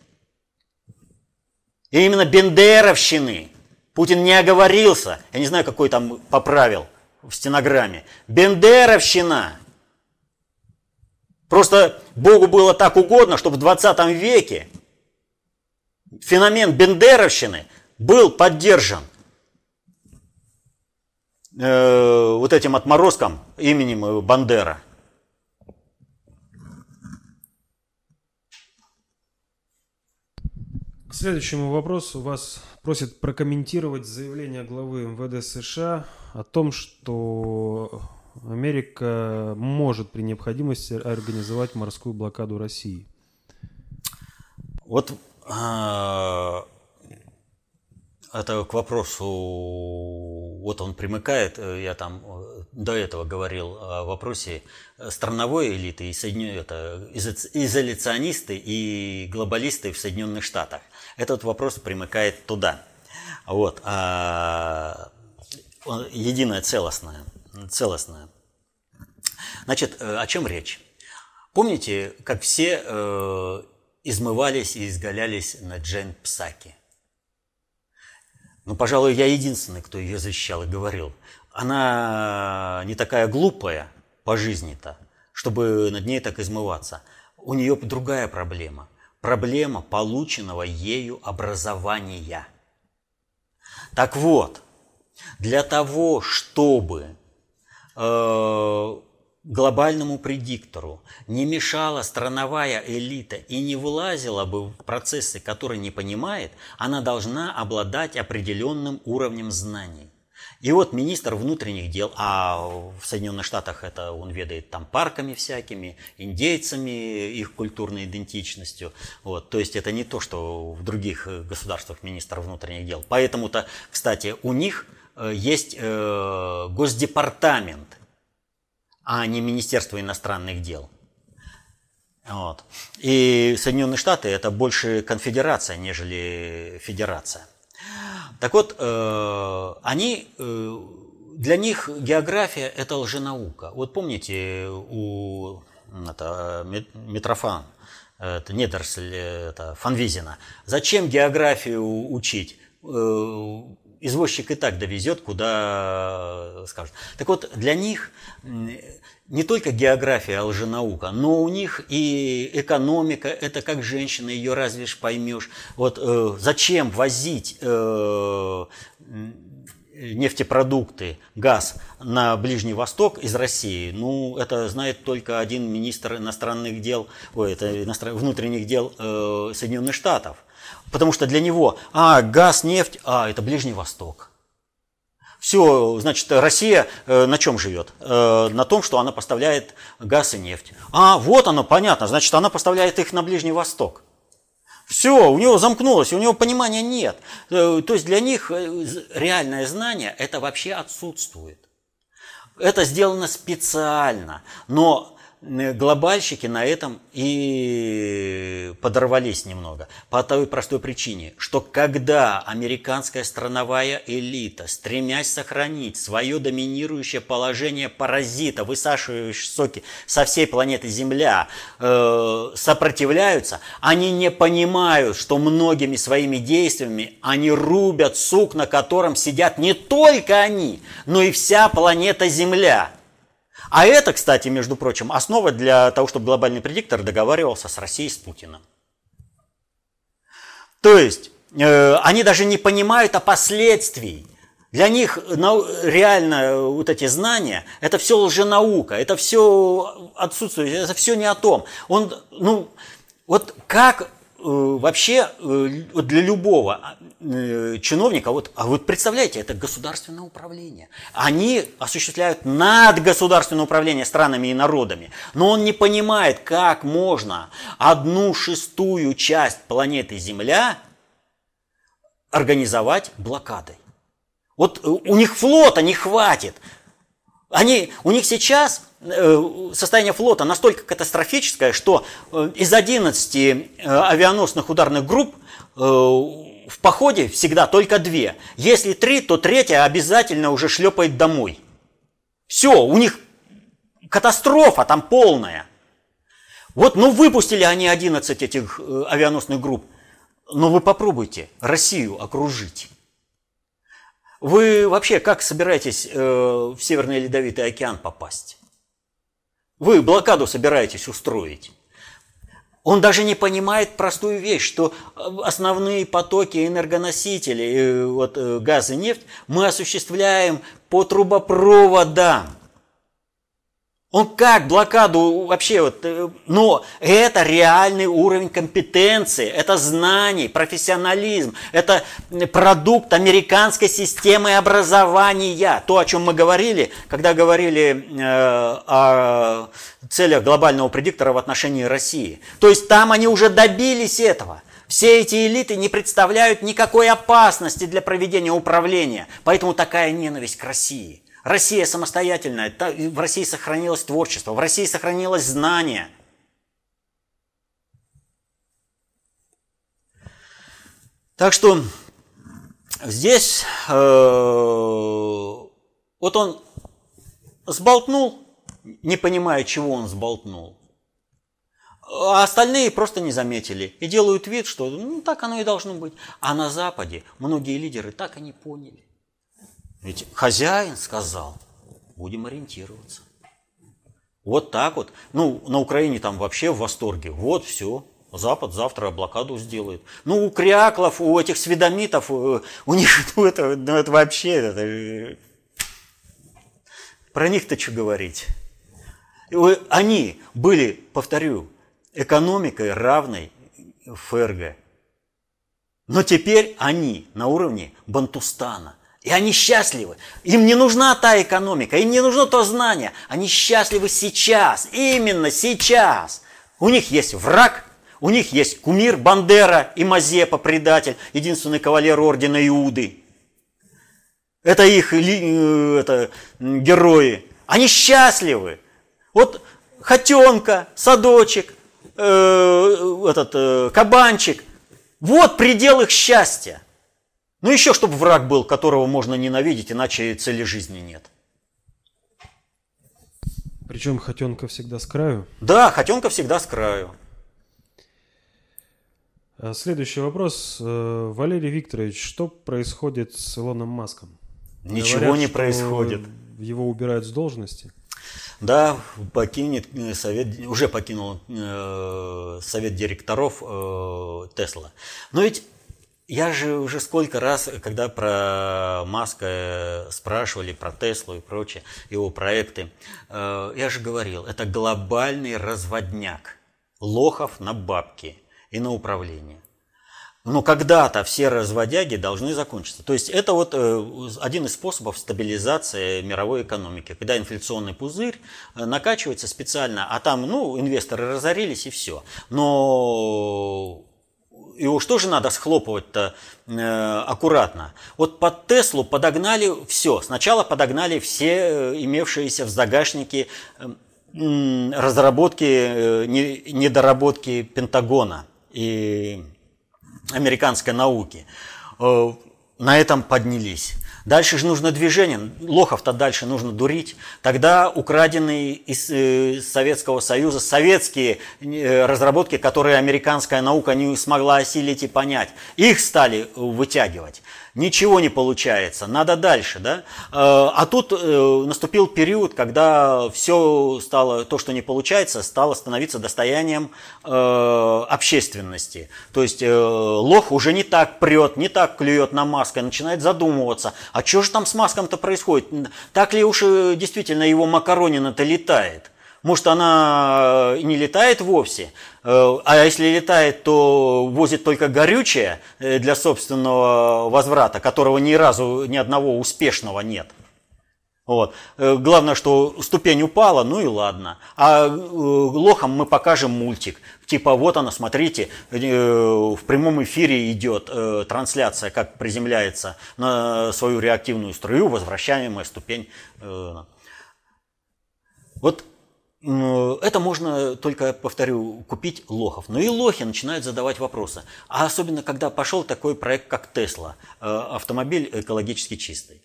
И именно бендеровщины. Путин не оговорился, я не знаю, какой там поправил в стенограмме. Бендеровщина. Просто Богу было так угодно, чтобы в 20 веке феномен бендеровщины был поддержан вот этим отморозком именем Бандера. К следующему вопросу вас просят прокомментировать заявление главы МВД США о том, что Америка может при необходимости организовать морскую блокаду России. Вот это к вопросу, вот он примыкает, я там до этого говорил о вопросе страновой элиты и изоляционисты и глобалисты в Соединенных Штатах. Этот вопрос примыкает туда. Вот. Единое целостное. Значит, о чем речь? Помните, как все измывались и изгалялись на Джейн Псаки? Ну, пожалуй, я единственный, кто ее защищал и говорил. Она не такая глупая по жизни-то, чтобы над ней так измываться. У нее другая проблема. Проблема полученного ею образования. Так вот, для того, чтобы глобальному предиктору не мешала страновая элита и не влазила бы в процессы, которые не понимает, она должна обладать определенным уровнем знаний. И вот министр внутренних дел, а в Соединенных Штатах это он ведает там парками всякими, индейцами, их культурной идентичностью. Вот, то есть это не то, что в других государствах министр внутренних дел. Поэтому-то, кстати, у них есть Госдепартамент, а не Министерство иностранных дел. Вот. И Соединенные Штаты это больше конфедерация, нежели федерация. Так вот, для них география – это лженаука. Вот помните, у Митрофан, это Недерсль, это Фанвизина, зачем географию учить? Извозчик и так довезет, куда скажет. Так вот, для них не только география лженаука, но у них и экономика, это как женщина, ее разве ж поймешь. Вот зачем возить нефтепродукты, газ на Ближний Восток из России? Ну, это знает только один министр иностранных дел, внутренних дел Соединенных Штатов. Потому что для него, газ, нефть, это Ближний Восток. Все, значит, Россия на чем живет? На том, что она поставляет газ и нефть. Вот оно, понятно, значит, она поставляет их на Ближний Восток. Все, у него замкнулось, у него понимания нет. То есть для них реальное знание это вообще отсутствует. Это сделано специально, но глобальщики на этом и подорвались немного. По той простой причине, что когда американская страновая элита, стремясь сохранить свое доминирующее положение паразита, высашивающего соки со всей планеты Земля, сопротивляются, они не понимают, что многими своими действиями они рубят сук, на котором сидят не только они, но и вся планета Земля. А это, кстати, между прочим, основа для того, чтобы глобальный предиктор договаривался с Россией, с Путиным. То есть, они даже не понимают о последствиях. Для них реально вот эти знания, это все лженаука, это все отсутствует, это все не о том. Вот как вообще для любого чиновника, вы представляете, это государственное управление. Они осуществляют надгосударственное управление странами и народами. Но он не понимает, как можно 1/6 часть планеты Земля организовать блокадой. Вот у них флота не хватит. У них сейчас состояние флота настолько катастрофическое, что из 11 авианосных ударных групп в походе всегда только 2. Если 3, то 3-я обязательно уже шлепает домой. Все, у них катастрофа там полная. Вот, выпустили они 11 этих авианосных групп. Но вы попробуйте Россию окружить. Вы вообще как собираетесь в Северный Ледовитый океан попасть? Вы блокаду собираетесь устроить? Он даже не понимает простую вещь, что основные потоки энергоносителей, газ и нефть, мы осуществляем по трубопроводам. Он как блокаду вообще, но это реальный уровень компетенции, это знаний, профессионализм, это продукт американской системы образования. То, о чем мы говорили, когда говорили о целях глобального предиктора в отношении России. То есть там они уже добились этого. Все эти элиты не представляют никакой опасности для проведения управления, поэтому такая ненависть к России. Россия самостоятельная, в России сохранилось творчество, в России сохранилось знание. Так что здесь вот он сболтнул, не понимая, чего он сболтнул. А остальные просто не заметили и делают вид, что так оно и должно быть. А на Западе многие лидеры так и не поняли. Ведь хозяин сказал, будем ориентироваться. Вот так вот. На Украине там вообще в восторге. Вот все, Запад завтра блокаду сделает. У кряклов, у этих сведомитов, у них это вообще... про них-то что говорить? Они были, повторю, экономикой равной ФРГ. Но теперь они на уровне Бантустана. И они счастливы. Им не нужна та экономика, им не нужно то знание. Они счастливы сейчас, именно сейчас. У них есть враг, у них есть кумир Бандера и Мазепа, предатель, единственный кавалер ордена Иуды. Это их герои. Они счастливы. Вот хотенка, садочек, кабанчик. Вот предел их счастья. Ну еще, чтобы враг был, которого можно ненавидеть, иначе цели жизни нет. Причем хотенка всегда с краю? Да, хотенка всегда с краю. Следующий вопрос. Валерий Викторович, что происходит с Илоном Маском? Ничего Говорят, не что происходит. Его убирают с должности? Да, уже покинул совет директоров Тесла. Но ведь я же уже сколько раз, когда про Маска спрашивали, про Теслу и прочее, его проекты, я же говорил, это глобальный разводняк лохов на бабки и на управление. Но когда-то все разводяги должны закончиться. То есть это вот один из способов стабилизации мировой экономики. Когда инфляционный пузырь накачивается специально, а там, инвесторы разорились и все. Но его что же надо схлопывать-то аккуратно? Вот под Теслу подогнали все. Сначала подогнали все имевшиеся в загашнике разработки, недоработки Пентагона и американской науки. На этом поднялись. Дальше же нужно движение. Лохов-то дальше нужно дурить. Тогда украденные из Советского Союза советские разработки, которые американская наука не смогла осилить и понять, их стали вытягивать. Ничего не получается, надо дальше, да? А тут наступил период, когда все стало, то, что не получается, стало становиться достоянием общественности. То есть лох уже не так прет, не так клюет на Маска, начинает задумываться, а что же там с Маском-то происходит? Так ли уж действительно его макаронина-то летает? Может, она и не летает вовсе, а если летает, то возит только горючее для собственного возврата, которого ни разу ни одного успешного нет. Вот. Главное, что ступень упала, ну и ладно. А лохам мы покажем мультик. Типа вот она, смотрите, в прямом эфире идет трансляция, как приземляется на свою реактивную струю возвращаемая ступень. Вот. Это можно только, повторю, купить лохов. Но и лохи начинают задавать вопросы. А особенно, когда пошел такой проект, как Тесла, автомобиль экологически чистый.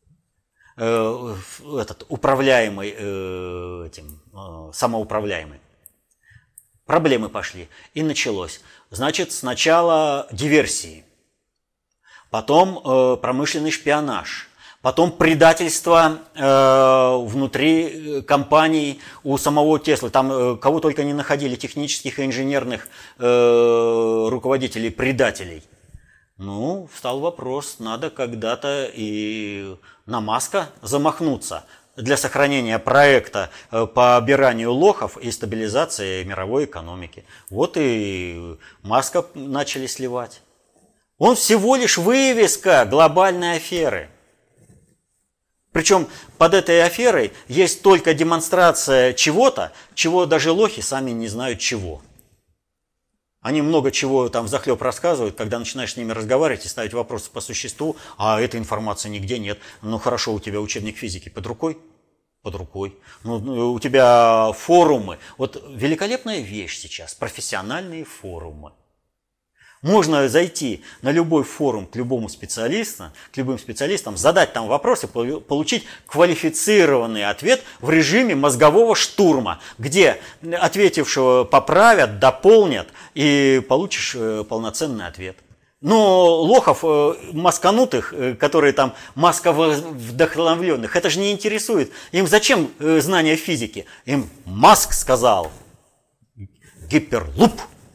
Управляемый, самоуправляемый. Проблемы пошли. И началось. Значит, сначала диверсии. Потом промышленный шпионаж. Потом предательство внутри компаний у самого Теслы. Там кого только не находили, технических и инженерных руководителей, предателей. Ну, встал вопрос, надо когда-то и на Маска замахнуться для сохранения проекта по обиранию лохов и стабилизации мировой экономики. Вот и Маска начали сливать. Он всего лишь вывеска глобальной аферы. Причем под этой аферой есть только демонстрация чего-то, чего даже лохи сами не знают чего. Они много чего там взахлеб рассказывают, когда начинаешь с ними разговаривать и ставить вопросы по существу, а этой информации нигде нет. Ну хорошо, у тебя учебник физики под рукой? Под рукой. Ну, у тебя форумы. Вот великолепная вещь сейчас, профессиональные форумы. Можно зайти на любой форум к любым специалистам, задать там вопрос и получить квалифицированный ответ в режиме мозгового штурма, где ответившего поправят, дополнят и получишь полноценный ответ. Но лохов, масканутых, которые там масковдохновленных, это же не интересует. Им зачем знания физики? Им Маск сказал. Гиперлуп.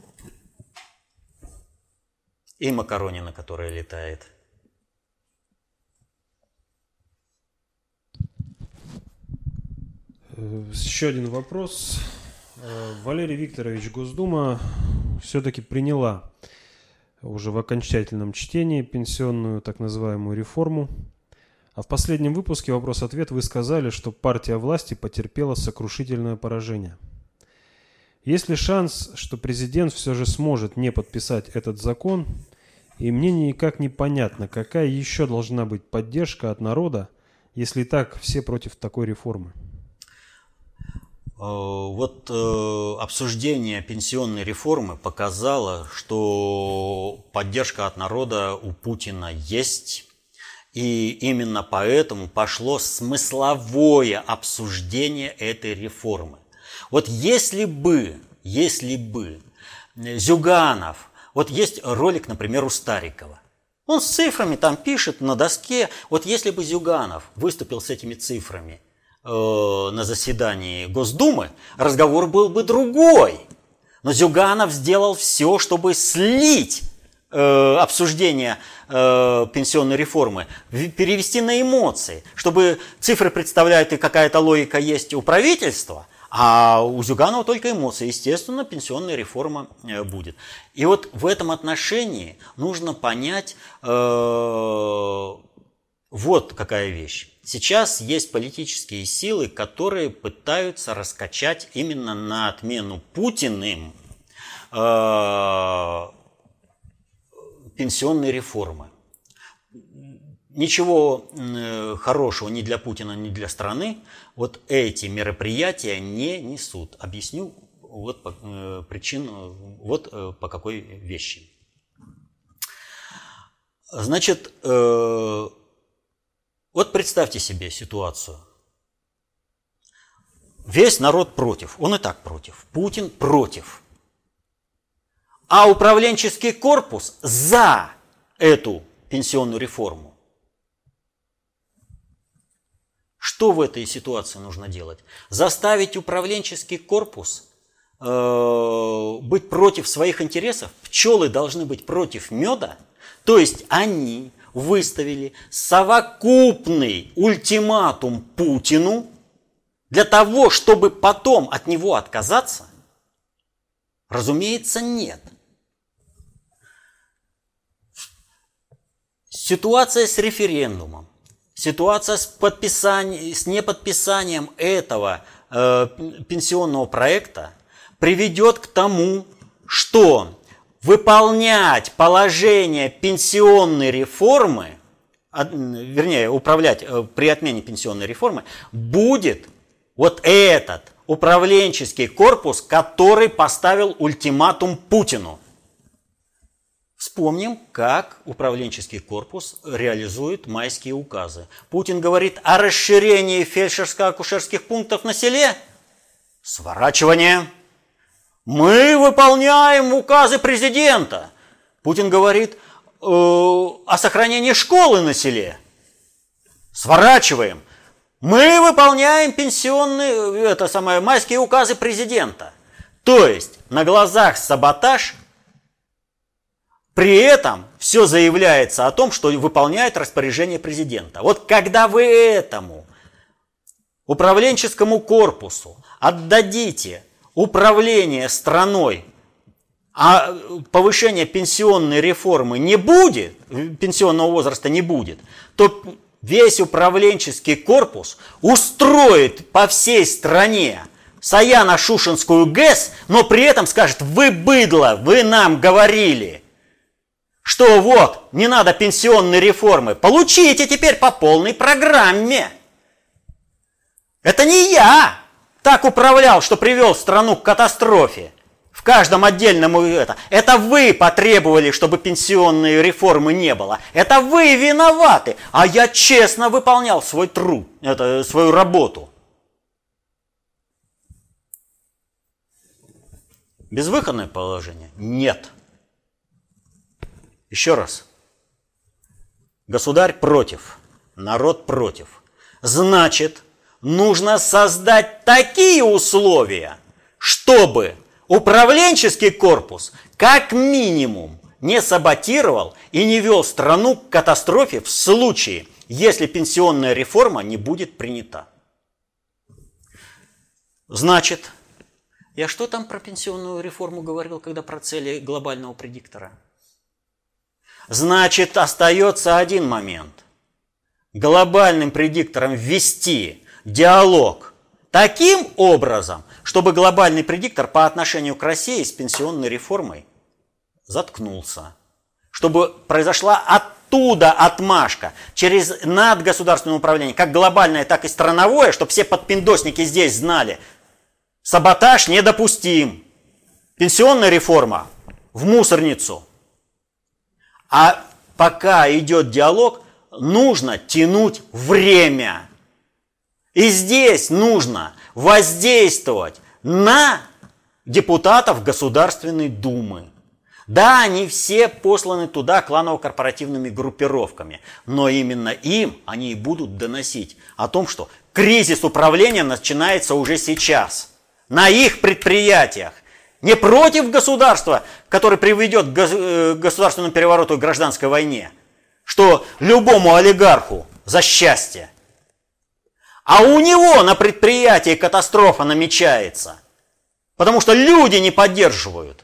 И макаронина, которая летает. Еще один вопрос. Валерий Викторович, Госдума все-таки приняла уже в окончательном чтении пенсионную так называемую реформу. А в последнем выпуске «Вопрос-ответ» вы сказали, что партия власти потерпела сокрушительное поражение. Есть ли шанс, что президент все же сможет не подписать этот закон? И мне никак не понятно, какая еще должна быть поддержка от народа, если и так все против такой реформы. Вот обсуждение пенсионной реформы показало, что поддержка от народа у Путина есть. И именно поэтому пошло смысловое обсуждение этой реформы. Вот если бы Зюганов, вот есть ролик, например, у Старикова, он с цифрами там пишет на доске, вот если бы Зюганов выступил с этими цифрами на заседании Госдумы, разговор был бы другой. Но Зюганов сделал все, чтобы слить обсуждение пенсионной реформы, перевести на эмоции, чтобы цифры представляют и какая-то логика есть у правительства, а у Зюганова только эмоции. Естественно, пенсионная реформа будет. И вот в этом отношении нужно понять вот какая вещь. Сейчас есть политические силы, которые пытаются раскачать именно на отмену Путиным пенсионной реформы. Ничего хорошего ни для Путина, ни для страны вот эти мероприятия не несут. Объясню вот причину, вот по какой вещи. Значит, вот представьте себе ситуацию. Весь народ против, он и так против, Путин против. А управленческий корпус за эту пенсионную реформу. Что в этой ситуации нужно делать? Заставить управленческий корпус быть против своих интересов? Пчелы должны быть против меда? То есть они выставили совокупный ультиматум Путину для того, чтобы потом от него отказаться? Разумеется, нет. Ситуация с референдумом, ситуация с неподписанием этого пенсионного проекта приведет к тому, что выполнять положение пенсионной реформы, вернее, управлять при отмене пенсионной реформы, будет вот этот управленческий корпус, который поставил ультиматум Путину. Вспомним, как управленческий корпус реализует майские указы. Путин говорит о расширении фельдшерско-акушерских пунктов на селе. Сворачивание. Мы выполняем указы президента. Путин говорит о сохранении школы на селе. Сворачиваем. Мы выполняем майские указы президента. То есть на глазах саботаж. При этом все заявляется о том, что выполняет распоряжение президента. Вот когда вы этому управленческому корпусу отдадите управление страной, а повышения пенсионной реформы не будет, пенсионного возраста не будет, то весь управленческий корпус устроит по всей стране Саяно-Шушенскую ГЭС, но при этом скажет: вы быдло, вы нам говорили, что вот, не надо пенсионной реформы. Получите теперь по полной программе. Это не я так управлял, что привел страну к катастрофе. В каждом отдельном это вы потребовали, чтобы пенсионной реформы не было. Это вы виноваты. А я честно выполнял свой труд, свою работу. Безвыходное положение? Нет. Еще раз. Государь против, народ против. Значит, нужно создать такие условия, чтобы управленческий корпус как минимум не саботировал и не вел страну к катастрофе в случае, если пенсионная реформа не будет принята. Значит, я что там про пенсионную реформу говорил, когда про цели глобального предиктора? Значит, остается один момент. Глобальным предиктором ввести диалог таким образом, чтобы глобальный предиктор по отношению к России с пенсионной реформой заткнулся. Чтобы произошла оттуда отмашка через надгосударственное управление, как глобальное, так и страновое, чтобы все подпиндосники здесь знали, саботаж недопустим, пенсионная реформа в мусорницу. А пока идет диалог, нужно тянуть время. И здесь нужно воздействовать на депутатов Государственной Думы. Да, они все посланы туда кланово-корпоративными группировками, но именно им они и будут доносить о том, что кризис управления начинается уже сейчас, на их предприятиях. Не против государства, которое приведет к государственному перевороту и гражданской войне, что любому олигарху за счастье. А у него на предприятии катастрофа намечается, потому что люди не поддерживают.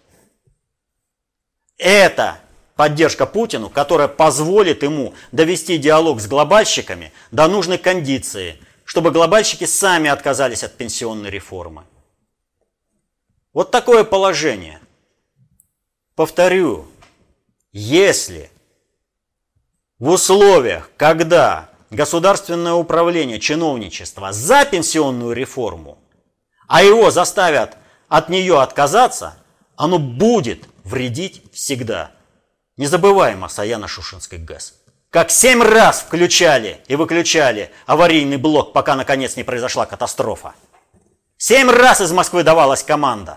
Это поддержка Путину, которая позволит ему довести диалог с глобальщиками до нужной кондиции, чтобы глобальщики сами отказались от пенсионной реформы. Вот такое положение. Повторю, если в условиях, когда государственное управление, чиновничество за пенсионную реформу, а его заставят от нее отказаться, оно будет вредить всегда. Не забываем о Саяно-Шушенской ГЭС. Как 7 раз включали и выключали аварийный блок, пока наконец не произошла катастрофа. 7 раз из Москвы давалась команда.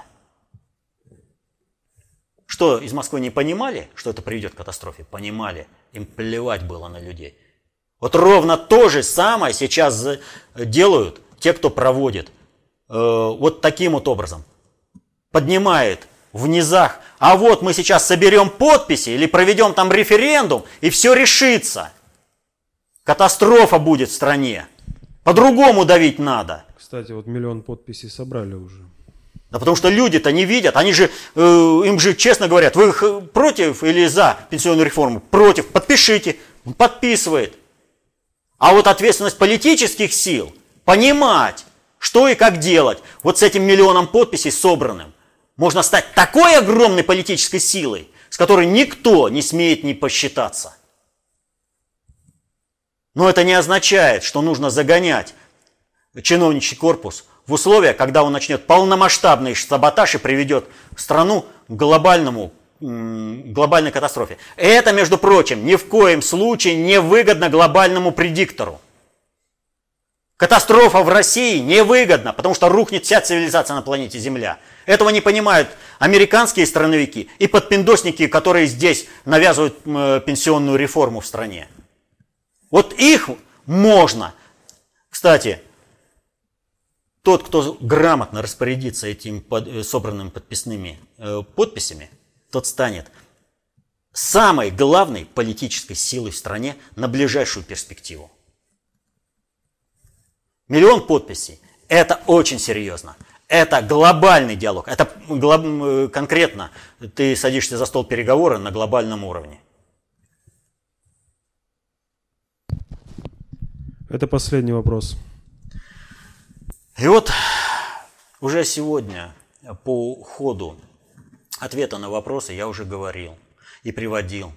Что, из Москвы не понимали, что это приведет к катастрофе? Понимали. Им плевать было на людей. Вот ровно то же самое сейчас делают те, кто проводит. Вот таким вот образом. Поднимает в низах. А вот мы сейчас соберем подписи или проведем там референдум, и все решится. Катастрофа будет в стране. По-другому давить надо. Кстати, вот 1 миллион подписей собрали уже. Да потому что люди-то не видят, они же, им же честно говорят, вы против или за пенсионную реформу? Против, подпишите. Он подписывает. А вот ответственность политических сил понимать, что и как делать. Вот с этим 1 миллионом подписей собранным можно стать такой огромной политической силой, с которой никто не смеет не посчитаться. Но это не означает, что нужно загонять чиновничий корпус в условия, когда он начнет полномасштабный саботаж и приведет страну к глобальной катастрофе. Это, между прочим, ни в коем случае не выгодно глобальному предиктору. Катастрофа в России невыгодна, потому что рухнет вся цивилизация на планете Земля. Этого не понимают американские страновики и подпиндосники, которые здесь навязывают пенсионную реформу в стране. Вот их можно. Кстати, тот, кто грамотно распорядится этим собранными подписями, тот станет самой главной политической силой в стране на ближайшую перспективу. 1 миллион подписей – это очень серьезно. Это глобальный диалог. Это конкретно ты садишься за стол переговоров на глобальном уровне. Это последний вопрос. И вот уже сегодня по ходу ответа на вопросы я уже говорил и приводил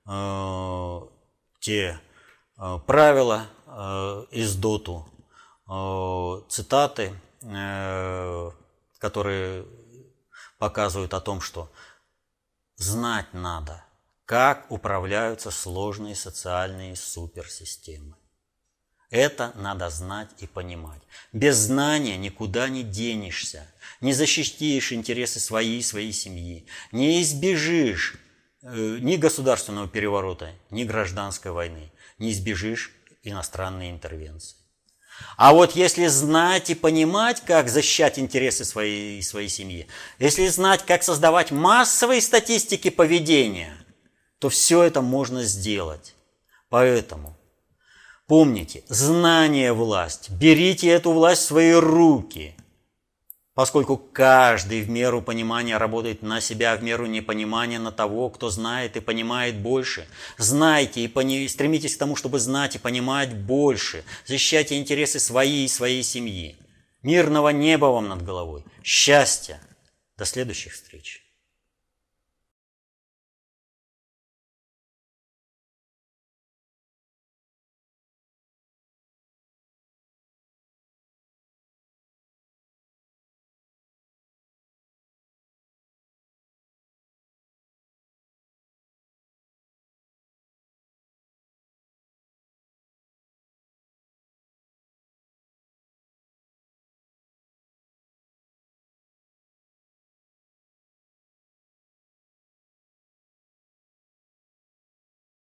те правила из ДОТу, цитаты, которые показывают о том, что знать надо, как управляются сложные социальные суперсистемы. Это надо знать и понимать. Без знания никуда не денешься, не защитишь интересы своей семьи, не избежишь ни государственного переворота, ни гражданской войны, не избежишь иностранной интервенции. А вот если знать и понимать, как защищать интересы своей семьи, если знать, как создавать массовые статистики поведения, то все это можно сделать. Поэтому помните, знание – власть. Берите эту власть в свои руки. поскольку каждый в меру понимания работает на себя, в меру непонимания на того, кто знает и понимает больше. Знайте и стремитесь к тому, чтобы знать и понимать больше. Защищайте интересы свои и своей семьи. Мирного неба вам над головой. Счастья. До следующих встреч.